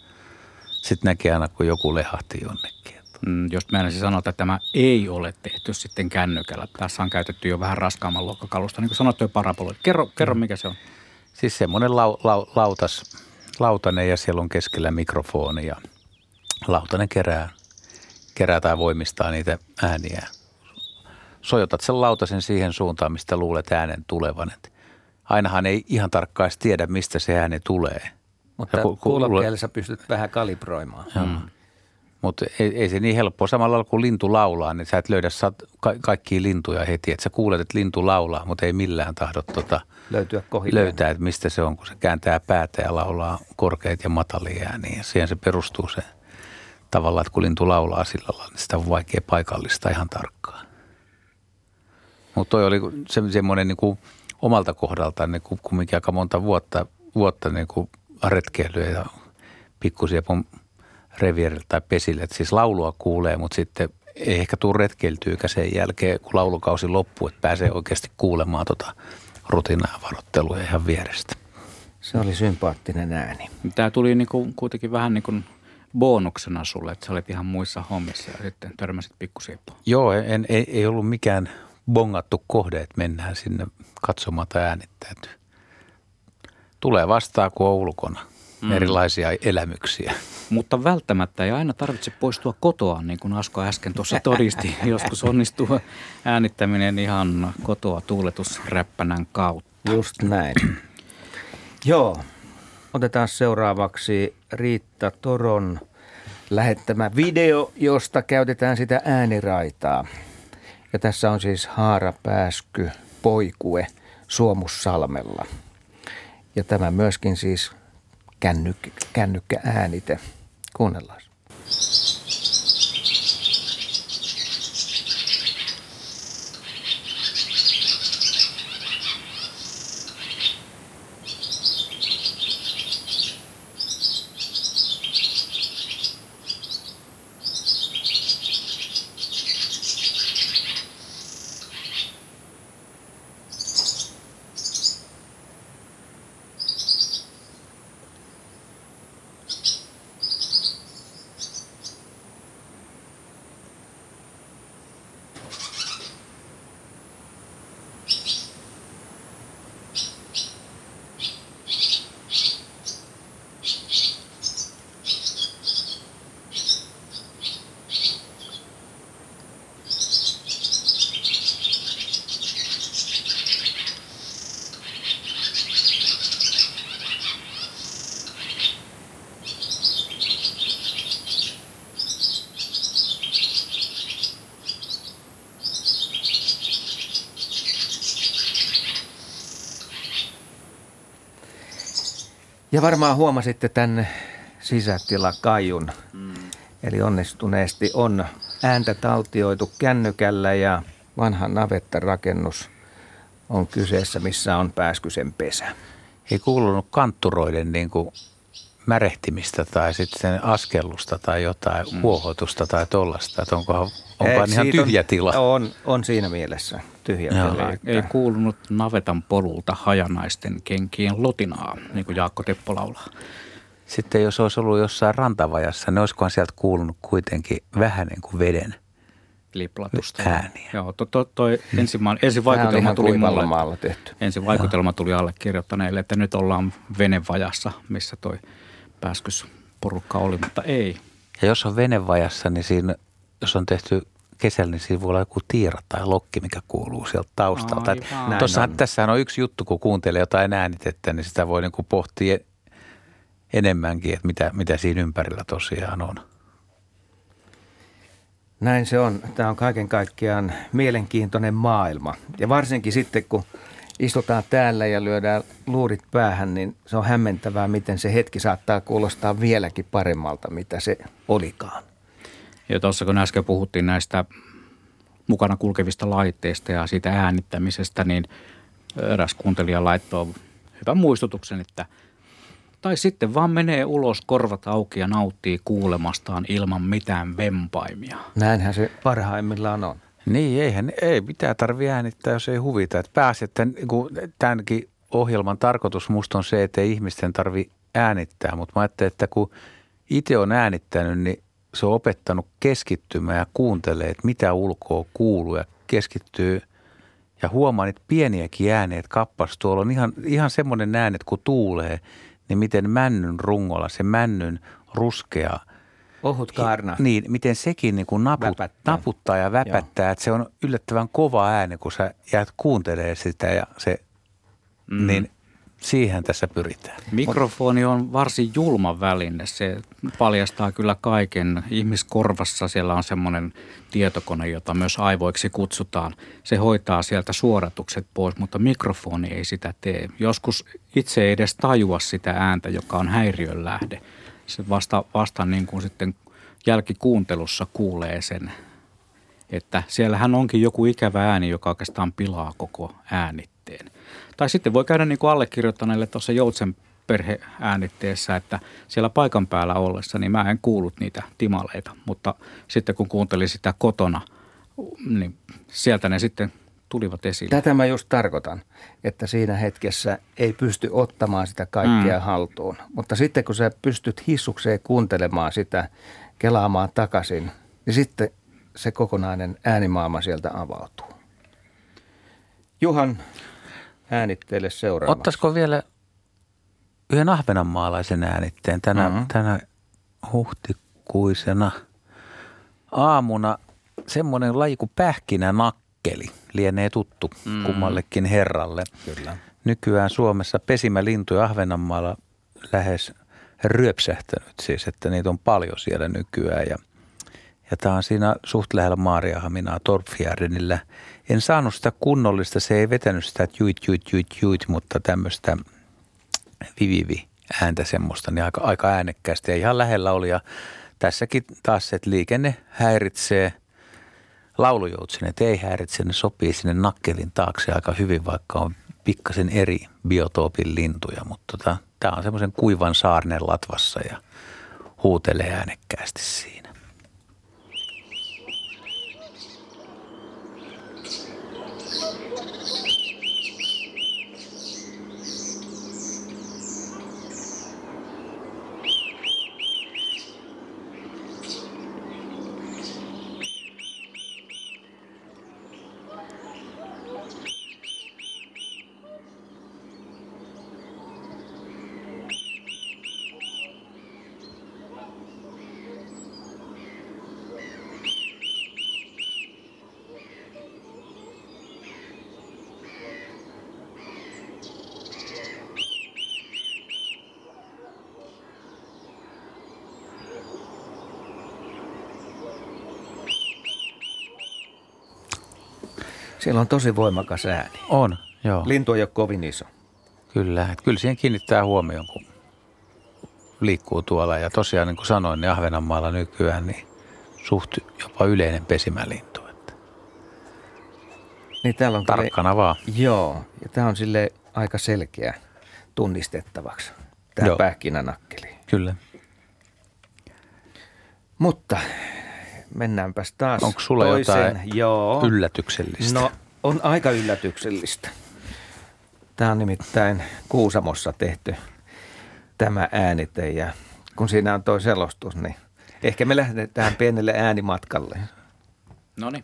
S2: Sitten näki aina, kun joku lehahti jonnekin.
S1: Jos mä sanoa, että tämä ei ole tehty sitten kännykällä. Tässä on käytetty jo vähän raskaamman luokkakalusta. Niin kuin sanottu jo paraboili. Kerro mikä se on.
S2: Siis semmoinen lautanen ja siellä on keskellä mikrofoni ja lautanen kerää tai voimistaa niitä ääniä. Sojotat sen lautasen siihen suuntaan, mistä luulet äänen tulevan. Et ainahan ei ihan tarkkaan tiedä, mistä se ääni tulee.
S3: Mutta kuulokkeella sä pystyt vähän kalibroimaan.
S2: Mutta ei se niin helppoa. Samalla lailla kun lintu laulaa, niin sä et löydä kaikkia lintuja heti. Että sä kuulet, että lintu laulaa, mutta ei millään tahdo löytää, että mistä se on, kun se kääntää päätä ja laulaa korkeita ja matalia ääniä. Ja siihen se perustuu se tavallaan, että kun lintu laulaa sillä lailla, niin sitä on vaikea paikallista ihan tarkkaan. Mutta toi oli semmoinen niin kuin omalta kohdaltaan niin kuin kumminkin aika monta vuotta niin kuin retkeilyä ja pikkusiepon revierille tai pesille. Et siis laulua kuulee, mutta sitten ei ehkä tule retkeiltyykään sen jälkeen, kun laulukausi loppuu, että pääsee oikeasti kuulemaan rutinaa ja varoittelua ihan vierestä.
S3: Se oli sympaattinen ääni.
S1: Tämä tuli kuitenkin vähän niin kuin bonuksena sulle, että sä olet ihan muissa hommissa ja sitten törmäsit pikkusieppoon.
S2: Joo, ei ollut mikään bongattu kohde, että mennään sinne katsomaan tai äänittää. Tulee vastaan, kun on ulkona erilaisia elämyksiä.
S1: Mutta välttämättä ei aina tarvitse poistua kotoa, niin kuin Asko äsken tuossa todisti. Joskus onnistuu äänittäminen ihan kotoa tuuletusräppänän kautta.
S3: Just näin. Joo. Otetaan seuraavaksi Riitta Toron lähettämä video, josta käytetään sitä ääniraitaa. Ja tässä on siis haarapääsky poikue Suomussalmella. Ja tämä myöskin siis kännykkääänite. Kuunnellaan. Ja varmaan huomasitte tänne sisätilakaiun. Eli onnistuneesti on ääntä taltioitu kännykällä ja vanha navettarakennus on kyseessä, missä on Pääskysen pesä.
S2: Ei kuulunut kantturoiden niin kuin märehtimistä tai sitten askellusta tai jotain huohotusta tai tollasta. Että onkohan ihan tyhjä tila?
S3: On siinä mielessä tyhjä tila.
S1: Ei kuulunut navetan polulta hajanaisten kenkien lotinaa, niin kuin Jaakko Teppo laulaa.
S2: Sitten jos olisi ollut jossain rantavajassa, niin olisikohan sieltä kuulunut kuitenkin vähän niin kuin veden
S1: liplatusta.
S2: Ääniä.
S1: Joo, toi ensin vaikutelma tuli allekirjoittaneille, että nyt ollaan venevajassa, missä toi Pääskysporukka oli, mutta ei.
S2: Ja jos on venevajassa, niin siinä, jos on tehty kesällä, niin siinä voi olla joku tiira tai lokki, mikä kuuluu sieltä taustalta. Tässähän on yksi juttu, kun kuuntelee jotain äänitettä, niin sitä voi niin kuin pohtia enemmänkin, että mitä siinä ympärillä tosiaan on.
S3: Näin se on. Tämä on kaiken kaikkiaan mielenkiintoinen maailma. Ja varsinkin sitten, kun istutaan täällä ja lyödään luurit päähän, niin se on hämmentävää, miten se hetki saattaa kuulostaa vieläkin paremmalta, mitä se olikaan.
S1: Ja tuossa kun äsken puhuttiin näistä mukana kulkevista laitteista ja siitä äänittämisestä, niin eräs kuuntelija laittoi hyvän muistutuksen, että tai sitten vaan menee ulos korvat auki ja nauttii kuulemastaan ilman mitään vempaimia.
S3: Näinhän se parhaimmillaan on.
S2: Niin, ei mitään tarvitse äänittää, jos ei huvita. Että pääsi, että tämänkin ohjelman tarkoitus musta on se, että ei ihmisten tarvitse äänittää. Mutta mä ajattelin, että kun itse on äänittänyt, niin se on opettanut keskittymään ja kuuntelee, että mitä ulkoa kuuluu ja keskittyy. Ja huomaa niitä pieniäkin ääniä, että kappas tuolla on ihan semmoinen ääni, että kun tuulee, niin miten männyn rungolla, se männyn ruskea
S3: ohut kaarna.
S2: Niin, miten sekin niin kuin naputtaa ja väpättää, että se on yllättävän kova ääni, kun sä jäät kuuntelemaan sitä ja se, niin siihen tässä pyritään.
S1: Mikrofoni on varsin julma väline, se paljastaa kyllä kaiken. Ihmiskorvassa siellä on semmoinen tietokone, jota myös aivoiksi kutsutaan. Se hoitaa sieltä suoratukset pois, mutta mikrofoni ei sitä tee. Joskus itse ei edes tajua sitä ääntä, joka on häiriön lähde. Se vasta niin kuin sitten jälkikuuntelussa kuulee sen, että siellähän onkin joku ikävä ääni, joka oikeastaan pilaa koko äänitteen. Tai sitten voi käydä niin kuin allekirjoittaneelle tuossa Joutsen perheäänitteessä, että siellä paikan päällä ollessa, niin mä en kuullut niitä timaleita. Mutta sitten kun kuuntelin sitä kotona, niin sieltä ne sitten tulivat esille.
S3: Tätä mä just tarkoitan, että siinä hetkessä ei pysty ottamaan sitä kaikkea haltuun. Mutta sitten kun sä pystyt hissukseen kuuntelemaan sitä, kelaamaan takaisin, niin sitten se kokonainen äänimaailma sieltä avautuu. Juhan äänitteelle seuraavaksi.
S2: Ottaisiko vielä yhden ahvenanmaalaisen äänitteen tänä huhtikuisena aamuna? Semmoinen laji kuin pähkinänakkeli lienee tuttu kummallekin herralle.
S3: Kyllä.
S2: Nykyään Suomessa pesimälintu ja Ahvenanmaalla lähes ryöpsähtänyt siis, että niitä on paljon siellä nykyään. Ja tämä on siinä suht lähellä Maariahaminaa Torpfjärdenillä. En saanut sitä kunnollista, se ei vetänyt sitä juit, mutta tämmöistä vivivi ääntä semmoista, niin aika äänekkäästi ja ihan lähellä oli. Ja tässäkin taas, että liikenne häiritsee, laulujoutsenet ei häiritse, ne sopii sinne nakkelin taakse aika hyvin, vaikka on pikkasen eri biotoopin lintuja, mutta tämä on semmoisen kuivan saarnen latvassa ja huutelee äänekkäästi siinä.
S3: Siellä on tosi voimakas ääni.
S2: On, joo.
S3: Lintu ei ole kovin iso.
S2: Kyllä siihen kiinnittää huomioon, kun liikkuu tuolla. Ja tosiaan niin kuin sanoin, niin Ahvenanmaalla nykyään niin suht jopa yleinen pesimälintu. Että
S3: Niin täällä on
S2: tarkkana vaan.
S3: Joo, ja tämä on sille aika selkeä tunnistettavaksi, tämä
S2: Joo.
S3: pähkinänakkeli.
S2: Kyllä.
S3: Mutta mennäänpäs taas
S2: Onko sulla
S3: toiseen.
S2: jotain
S3: Joo.
S2: yllätyksellistä?
S3: No, on aika yllätyksellistä. Tämä on nimittäin Kuusamossa tehty tämä äänite, ja kun siinä on toi selostus, niin ehkä me lähdetään pienelle äänimatkalle.
S1: Noniin.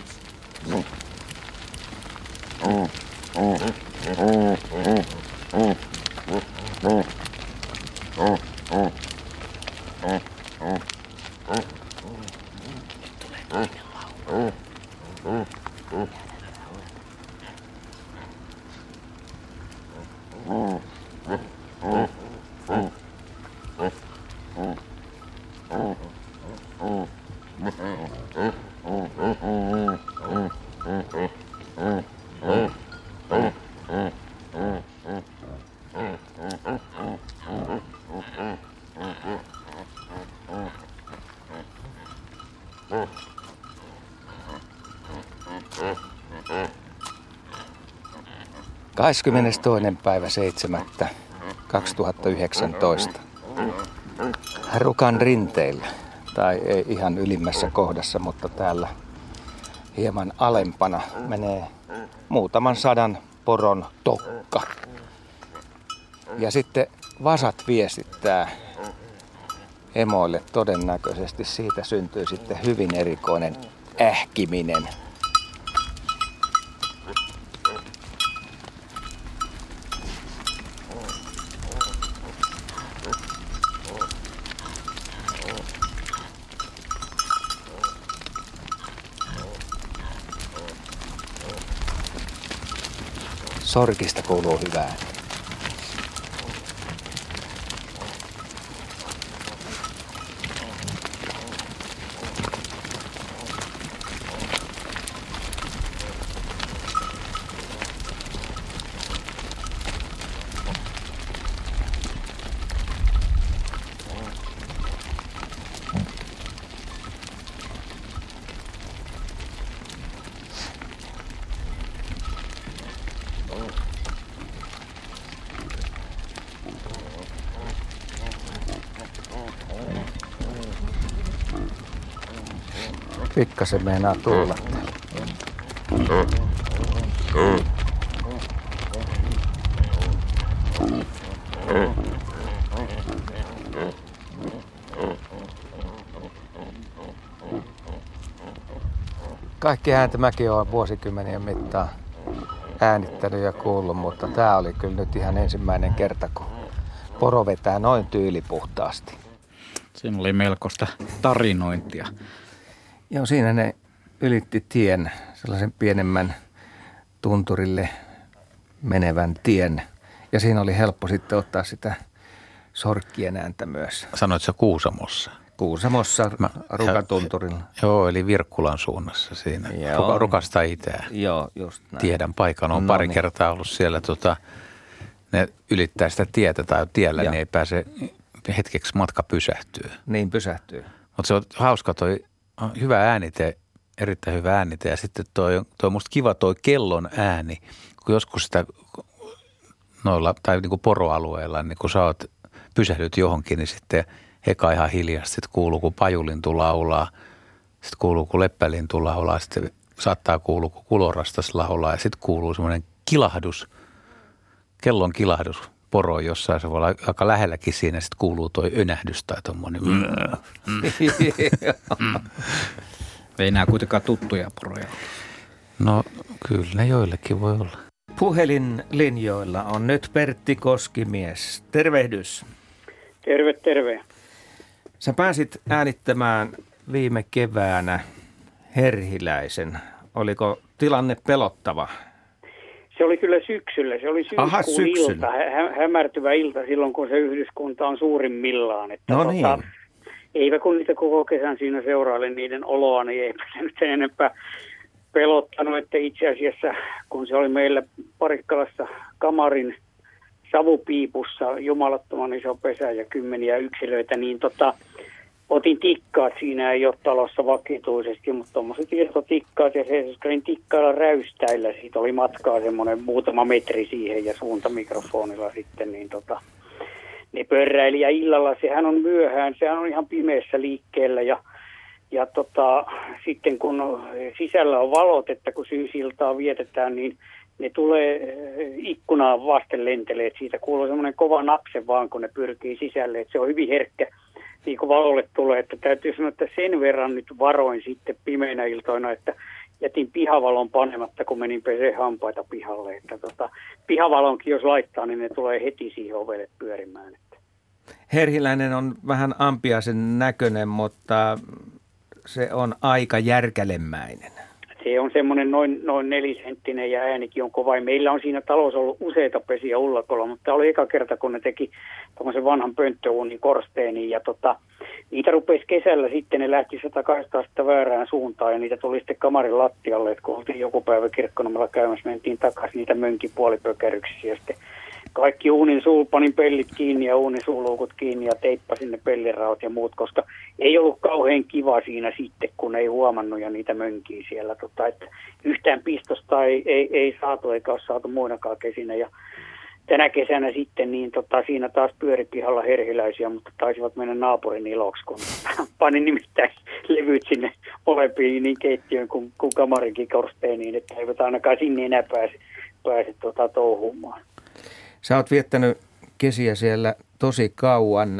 S3: Päivä 7. 2019. Rukan rinteillä, tai ei ihan ylimmässä kohdassa, mutta täällä hieman alempana menee muutaman sadan poron tokka. Ja sitten vasat viestittää emoille todennäköisesti. Siitä syntyy sitten hyvin erikoinen ähkiminen. Sorkista kuuluu hyvää. Pikkasen meinaa tulla. Kaikki ääntä mäkin olen vuosikymmenien mittaan äänittänyt ja kuullut, mutta tää oli kyllä nyt ihan ensimmäinen kerta, kun poro vetää noin tyylipuhtaasti.
S1: Siinä oli melkoista tarinointia.
S3: Joo, siinä ne ylitti tien, sellaisen pienemmän tunturille menevän tien. Ja siinä oli helppo sitten ottaa sitä sorkkien ääntä myös.
S2: Sanoit sä Kuusamossa?
S3: Kuusamossa, Rukatunturilla.
S2: Joo, eli Virkkulan suunnassa siinä.
S3: Joo.
S2: Rukasta itään.
S3: Joo, just näin.
S2: Tiedän paikan. Olen pari kertaa ollut siellä. Ne ylittää sitä tietä tai tiellä, niin ei pääse hetkeksi matka pysähtyä.
S3: Niin pysähtyy.
S2: Mutta se on hauska toi hyvä äänite, erittäin hyvä äänite. Ja sitten toi on musta kiva toi kellon ääni, kun joskus sitä noilla tai niin kuin poroalueilla, niin kun sä oot pysähdyt johonkin, niin sitten eka ihan hiljasta. Sitten kuuluu, kun pajulintu laulaa, sitten kuuluu, kun leppälintu laulaa, sitten saattaa kuulua, kun kulorastas laulaa ja sitten kuuluu semmoinen kilahdus, kellon kilahdus poro jossain, se voi olla aika lähelläkin siinä, sitten kuuluu toi önähdys tai tommoinen.
S1: Ei enää kuitenkaan tuttuja poroja.
S2: No kyllä ne joillekin voi olla.
S3: Puhelinlinjoilla on nyt Pertti Koskimies. Tervehdys.
S6: Terve, terve.
S3: Sä pääsit äänittämään viime keväänä Herhiläisen. Oliko tilanne pelottava?
S6: Se oli kyllä syksyllä. Se oli syyskuun ilta, hämärtyvä ilta silloin, kun se yhdyskunta on suurimmillaan. Että
S3: no niin.
S6: Eipä kun niitä koko kesän siinä seuraille niiden oloa, niin eipä se nyt sen enempää pelottanut. Että itse asiassa, kun se oli meillä Parikkalassa kamarin savupiipussa, jumalattoman iso pesä ja 10 yksilöitä, niin otin tikkaat, siinä ei ole talossa vakituisesti, mutta tuommoiset irtotikkaat ja seisoskelin tikkailla räystäillä. Siitä oli matkaa semmoinen muutama metri siihen ja suunta mikrofonilla sitten, niin ne pörräili ja illalla, sehän on myöhään, sehän on ihan pimeässä liikkeellä ja sitten kun sisällä on valot, että kun syysiltaa vietetään, niin ne tulee ikkunaan vasten lenteleet. Siitä kuuluu semmoinen kova napse vaan, kun ne pyrkii sisälle. Että se on hyvin herkkä, niin kuin valolle tulee. Että täytyy sanoa, että sen verran nyt varoin sitten pimeinä iltoina, että jätin pihavalon panematta, kun menin pesee hampaita pihalle. Että pihavalonkin jos laittaa, niin ne tulee heti siihen ovelle pyörimään.
S3: Herhiläinen on vähän ampiaisen näköinen, mutta se on aika järkälemäinen.
S6: Se on semmoinen noin 4-senttinen ja äänikin on kova. Meillä on siinä talossa ollut useita pesiä ullakolla, mutta tämä oli eka kerta, kun ne teki tuommoisen vanhan pönttöuunin korsteeniin. Ja niitä rupesi kesällä sitten, ne lähti 180 astetta väärään suuntaan ja niitä tuli sitten kamarin lattialle. Et kun oltiin joku päivä Kirkkonummella käymässä, mentiin takaisin niitä mönkipuolipökäryksiä ja sitten kaikki panin pellit kiinni ja uunin suuluukut kiinni ja teippasin ne pelliraut ja muut, koska ei ollut kauhean kiva siinä sitten, kun ei huomannut ja niitä mönkiä siellä. Että yhtään pistosta ei saatu eikä ole saatu muinakaan kesinä. Ja tänä kesänä sitten niin siinä taas pyöri pihalla herhiläisiä, mutta taisivat mennä naapurin iloksi, kun panin nimittäin levyt sinne molempiin niin keittiöön kuin kamarinkin korsteeniin, että eivät ainakaan sinne enää pääse touhumaan.
S3: Sä oot viettänyt kesiä siellä tosi kauan.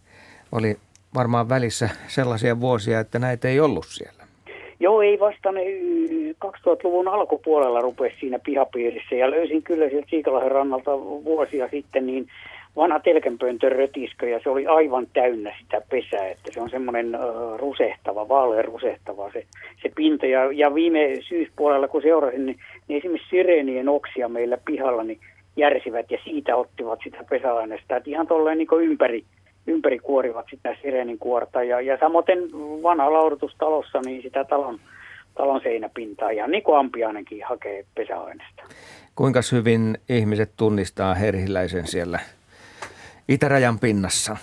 S3: Oli varmaan välissä sellaisia vuosia, että näitä ei ollut siellä.
S6: Joo, ei vasta ne 2000-luvun alkupuolella rupesi siinä pihapiirissä ja löysin kyllä sieltä Siikalahen rannalta vuosia sitten niin vanha telkänpöntön rötiskö ja se oli aivan täynnä sitä pesää, että se on semmoinen rusehtava, vaalean rusehtava se pinta ja viime syyspuolella kun seurasin, niin esimerkiksi sireenien oksia meillä pihalla niin järsivät ja siitä ottivat sitä pesäainesta, että ihan tolleen niin kuin ympäri kuorivat sitä sireenin kuorta ja samoin vanha laudutustalossa niin sitä talon seinäpintaa ja niin kuin ampiainenkin hakee pesäainesta.
S3: Kuinka hyvin ihmiset tunnistaa herhiläisen siellä itärajan pinnassa?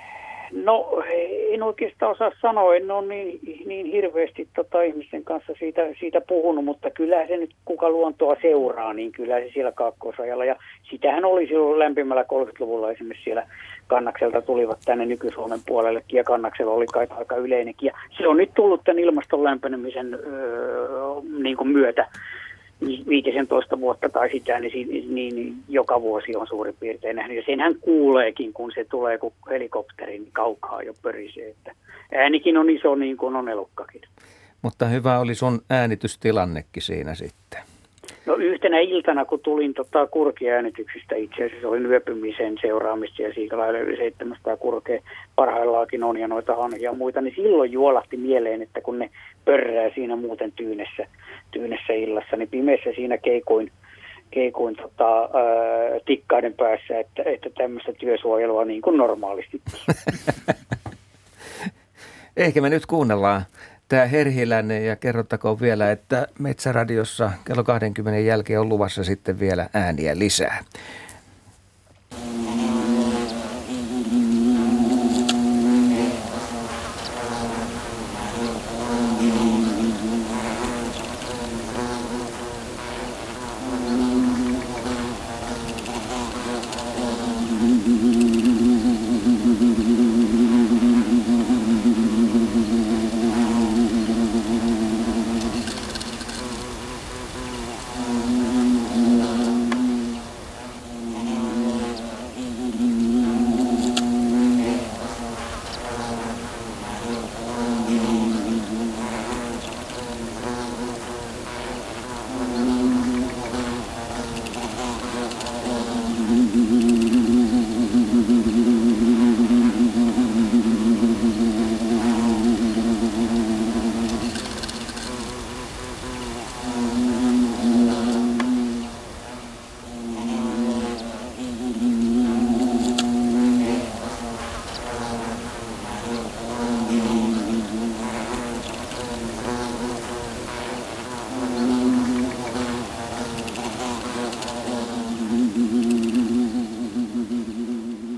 S6: No en oikeastaan osaa sanoa, en ole niin hirveästi ihmisten kanssa siitä puhunut, mutta kyllä se nyt kuka luontoa seuraa, niin kyllä se siellä Kaakkoisrajalla. Ja sitähän oli silloin lämpimällä 30-luvulla esimerkiksi siellä Kannakselta tulivat tänne Nyky-Suomen puolellekin ja Kannaksella oli kai aika yleinenkin. Ja se on nyt tullut tämän ilmaston lämpenemisen niin kuin myötä 15 vuotta tai sitä, niin joka vuosi on suurin piirtein nähnyt. Ja senhän kuuleekin, kun se tulee kuin helikopteri, niin kaukaa jo pörisee. Että äänikin on iso niin kuin on elukkakin.
S3: Mutta hyvä oli sun äänitystilannekin siinä sitten.
S6: No yhtenä iltana, kun tulin kurkiäänityksistä, itse asiassa olin yöpymisen seuraamista ja Siikalahdella yli 700 kurkea parhaillaankin on ja noita hanhia ja muita, niin silloin juolahti mieleen, että kun ne pörrää siinä muuten tyynessä illassa, niin pimeässä siinä keikuin tikkaiden päässä, että tämmöistä työsuojelua niin kuin normaalisti.
S3: Ehkä me nyt kuunnellaan tämä herhiläinen ja kerrottakoon vielä, että Metsäradiossa kello 20 jälkeen on luvassa sitten vielä ääniä lisää.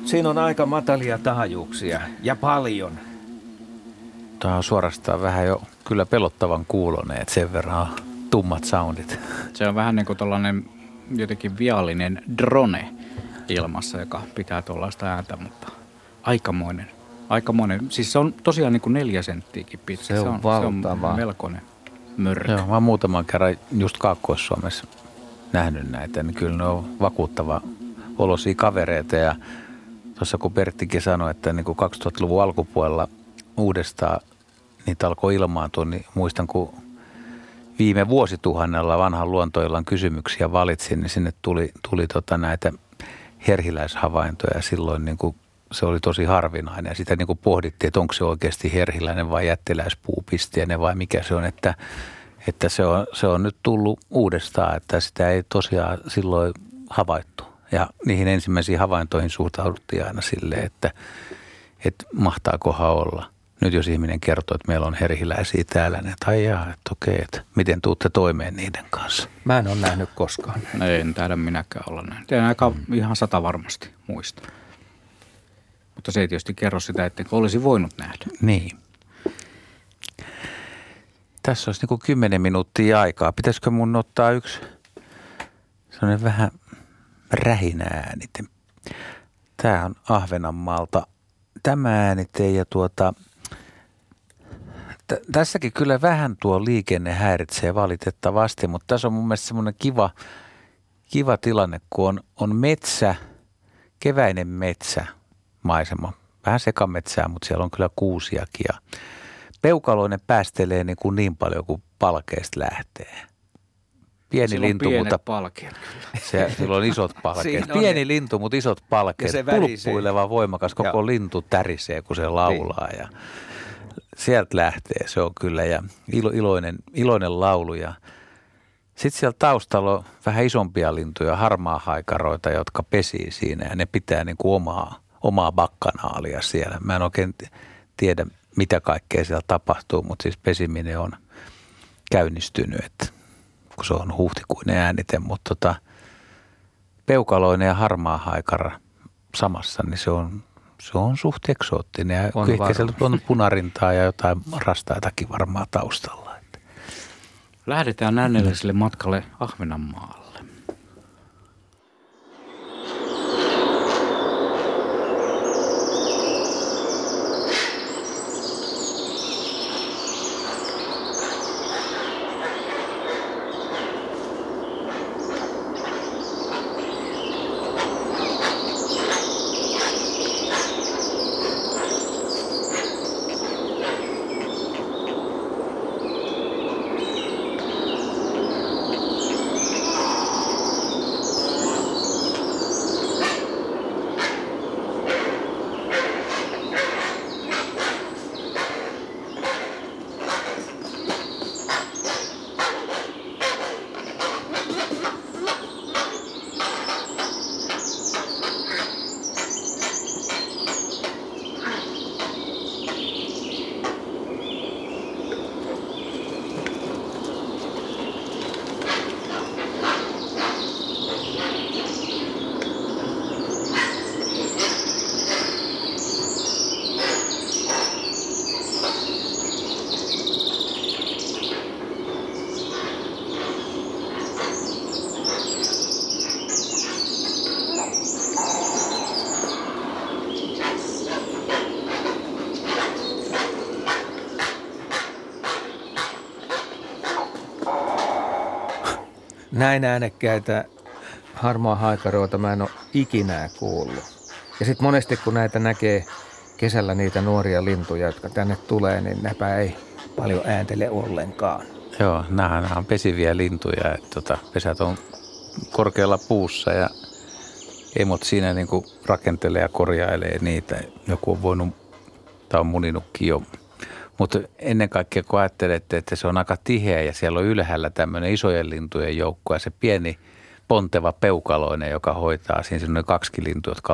S3: siinä on aika matalia taajuuksia ja paljon.
S2: Tämä on suorastaan vähän jo kyllä pelottavan kuulonen, että sen verran on tummat soundit.
S1: Se on vähän niin kuin tällainen jotenkin viallinen drone ilmassa, joka pitää tuollaista ääntä, mutta aikamoinen. Siis se on tosiaan niin kuin 4 senttiäkin pitkä.
S3: Se on valtava.
S1: Se on melkoinen mörkö.
S2: Joo, mä oon muutaman kerran just Kaakkois-Suomessa nähnyt näitä, niin kyllä ne on vakuuttava olosia kavereita. Ja tuossa kun Perttikin sanoi, että niin kuin 2000-luvun alkupuolella uudestaan niitä alkoi ilmaantua, niin muistan kun viime vuosituhannella vanhan luontoillan kysymyksiä valitsin, niin sinne tuli näitä herhiläishavaintoja. Silloin niin kuin se oli tosi harvinainen ja sitä niin kuin pohdittiin, että onko se oikeasti herhiläinen vai jättiläispuupistiäinen vai mikä se on, että se on nyt tullut uudestaan, että sitä ei tosiaan silloin havaittu. Ja niihin ensimmäisiin havaintoihin suhtauduttiin aina silleen, että mahtaakohan olla. Nyt jos ihminen kertoo, että meillä on herhiläisiä täällä, niin että okei, että miten tuutte toimeen niiden kanssa?
S3: Mä en ole nähnyt koskaan.
S1: En taida minäkään olla nähnyt. En aika ihan 100 varmasti muista. Mutta se ei tietysti kerro sitä, että olisi voinut nähdä.
S2: Niin. Tässä olisi niin kuin 10 minuuttia aikaa. Pitäisikö mun ottaa yksi sellainen vähän rähinä äänite? Tämä on Ahvenanmaalta tämä äänite ja tässäkin kyllä vähän tuo liikenne häiritsee valitettavasti, mutta tässä on mun mielestä semmoinen kiva tilanne, kun on metsä, keväinen metsämaisema. Vähän sekametsää, mutta siellä on kyllä kuusiakin ja peukaloinen päästelee niin paljon kuin palkeista lähtee. Pieni lintu, mutta
S1: palkeet kyllä.
S2: Sillä on isot palkeet. Pieni lintu, mutta isot palkeet. Pulppuileva, voimakas, koko lintu tärisee, kun se laulaa. Ja sieltä lähtee, se on kyllä. Ja iloinen laulu. Ja sitten siellä taustalla on vähän isompia lintuja, harmaahaikaroita, jotka pesii siinä. Ja ne pitää niin kuin omaa bakkanaalia siellä. Mä en oikein tiedä, mitä kaikkea siellä tapahtuu, mutta siis pesiminen on käynnistynyt, että kun se on huhtikuinen äänite, mutta peukaloinen ja harmaahaikara samassa, niin se on suht eksoottinen. Ja ehkä siellä on punarintaa ja jotain rastaitakin varmaan taustalla.
S1: Lähdetään äänelliselle matkalle Ahvenanmaalle.
S3: Näin äänekkäitä harmaahaikaroita mä en ole ikinä kuullut. Ja sitten monesti kun näitä näkee kesällä niitä nuoria lintuja, jotka tänne tulee, niin näpä ei paljon ääntele ollenkaan.
S2: Joo, nämä on pesiviä lintuja. Pesät on korkealla puussa ja emot siinä niinku rakentelee ja korjailee niitä. Joku on voinut, tai on muninutkin jo. Mutta ennen kaikkea kun ajattelette, että se on aika tiheä ja siellä on ylhäällä tämmöinen isojen lintujen joukko ja se pieni ponteva peukaloinen, joka hoitaa siinä semmoinen 2 lintua, jotka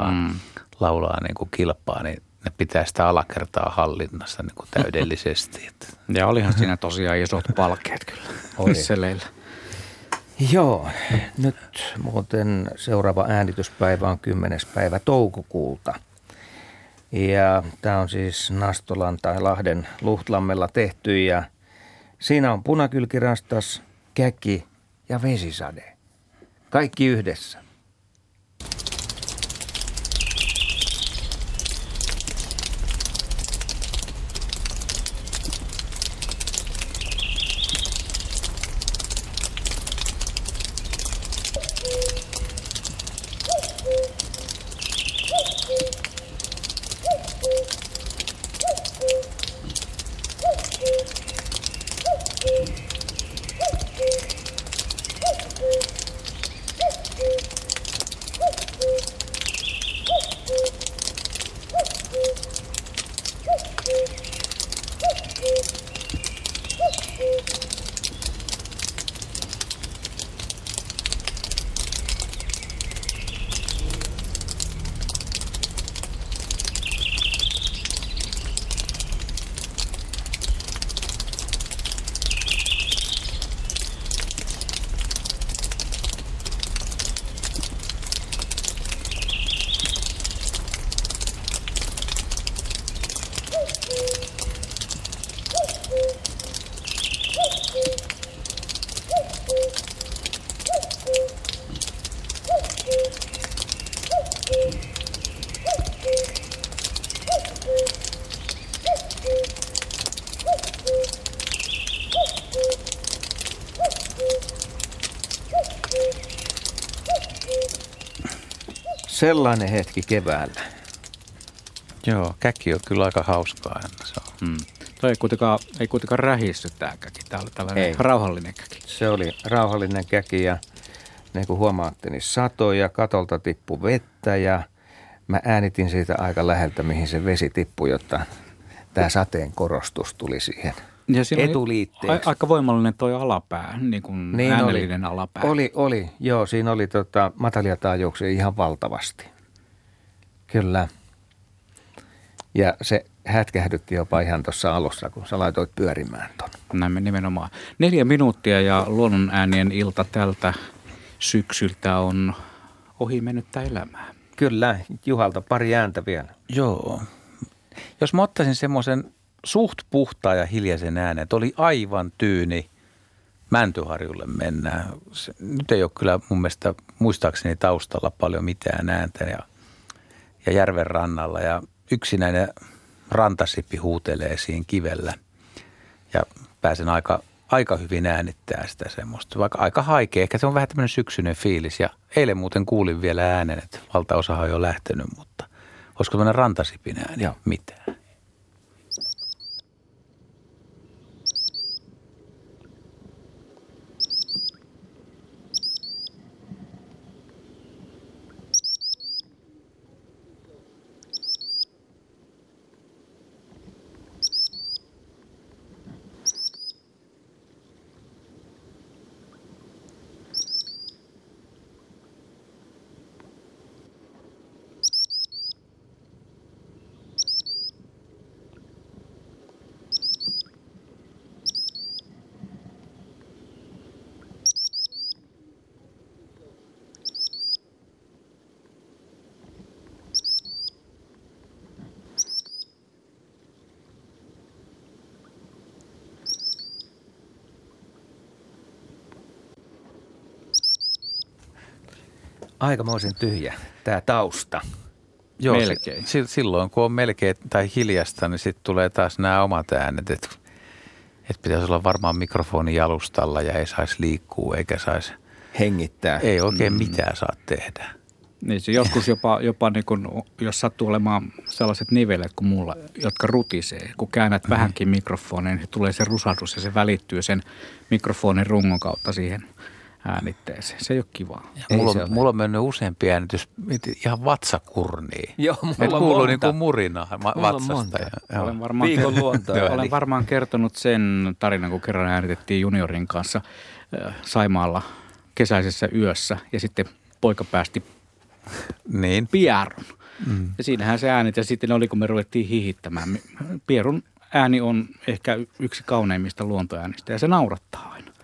S2: laulaa niin kuin kilpaa, niin ne pitää sitä alakertaa hallinnassa niin kuin täydellisesti.
S1: Ja olihan siinä tosiaan isot palkeet kyllä. Oli.
S3: Joo, nyt muuten seuraava äänityspäivä on 10. päivä toukokuuta. Ja tämä on siis Nastolan tai Lahden Luhtlammella tehty ja siinä on punakylkirastas, käki ja vesisade. Kaikki yhdessä. Sellainen hetki keväällä.
S2: Joo, käki on kyllä aika hauskaa aina. Se on.
S1: Toi ei kuitenkaan rähisty tämä käki. Tämä oli tällainen rauhallinen käki.
S3: Se oli rauhallinen käki ja niin kuin huomaatte, niin satoi ja katolta tippui vettä ja mä äänitin siitä aika läheltä, mihin se vesi tippui, jotta tämä sateen korostus tuli siihen etuliitteeksi.
S1: Aika voimallinen toi alapää, niin kuin äänellinen alapää.
S3: Oli. Joo, siinä oli matalia taajuuksia ihan valtavasti. Kyllä. Ja se hätkähdytti jopa ihan tuossa alussa, kun sä laitoit pyörimään ton.
S1: Näin nimenomaan. 4 minuuttia ja luonnonäänien ilta tältä syksyltä on ohi mennyttä elämää.
S3: Kyllä, Juhalta pari ääntä vielä.
S2: Joo. Jos mä ottaisin semmoisen suht puhtaan ja hiljaisen äänen, että oli aivan tyyni Mäntyharjulle mennään. Nyt ei ole kyllä mun mielestä muistaakseni taustalla paljon mitään ääntä ja järven rannalla ja yksinäinen rantasippi huutelee siinä kivellä ja pääsen aika hyvin äänittää sitä semmoista. Vaikka aika haikea, ehkä se on vähän tämmöinen syksyinen fiilis ja eilen muuten kuulin vielä äänen, että valtaosahan on jo lähtenyt, mutta olisiko tämmöinen rantasipin ääni mitään?
S3: Aikamoisen tyhjä tämä tausta.
S2: Joo,
S1: melkein.
S2: Silloin kun on melkein tai hiljasta, niin sitten tulee taas nämä omat äänet, että pitäisi olla varmaan mikrofoni jalustalla ja ei saisi liikkua eikä saisi
S3: hengittää.
S2: Ei oikein mitään saa tehdä.
S1: Niin se joskus jopa niin kun, jos sattuu olemaan sellaiset nivelet kuin mulla, jotka rutisee. Kun käännät vähänkin mikrofonin, niin tulee se rusahdus ja se välittyy sen mikrofonin rungon kautta siihen äänitteeseen. Se ei ole kivaa.
S2: Mulla on mennyt useampi äänitys ihan vatsakurniin.
S3: Joo,
S2: mulla on kuuluu niin kuin murinaa vatsasta.
S1: Olen varmaan kertonut sen tarinan, kun kerran äänitettiin juniorin kanssa Saimaalla kesäisessä yössä ja sitten poika päästi pierun. Ja siinähän se äänit ja sitten oli, kun me ruvettiin hihittämään. Pierun ääni on ehkä yksi kauneimmista luontoäänistä ja se naurattaa aina.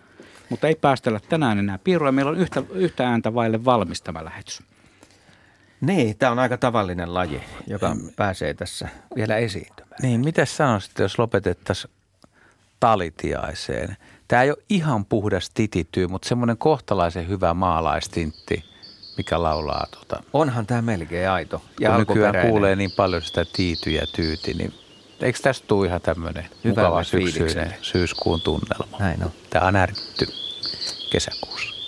S1: Mutta ei päästellä tänään enää piiruja. Meillä on yhtä ääntä vaille valmis tämä lähetys.
S3: Niin, tämä on aika tavallinen laji, joka pääsee tässä vielä esiintymään.
S2: Niin, mitä sanoisit, jos lopetettaisiin talitiaiseen? Tämä ei ole ihan puhdas titityy, mutta semmoinen kohtalaisen hyvä maalaistintti, mikä laulaa
S3: Onhan tämä melkein aito ja
S2: kun
S3: alkuperäinen.
S2: nykyään kuulee niin paljon sitä tiity ja tyyti, niin eikö tästä tule ihan tämmöinen mukava syksyinen syyskuun tunnelma?
S3: Näin on.
S2: Tämä on ääritty kesäkuussa.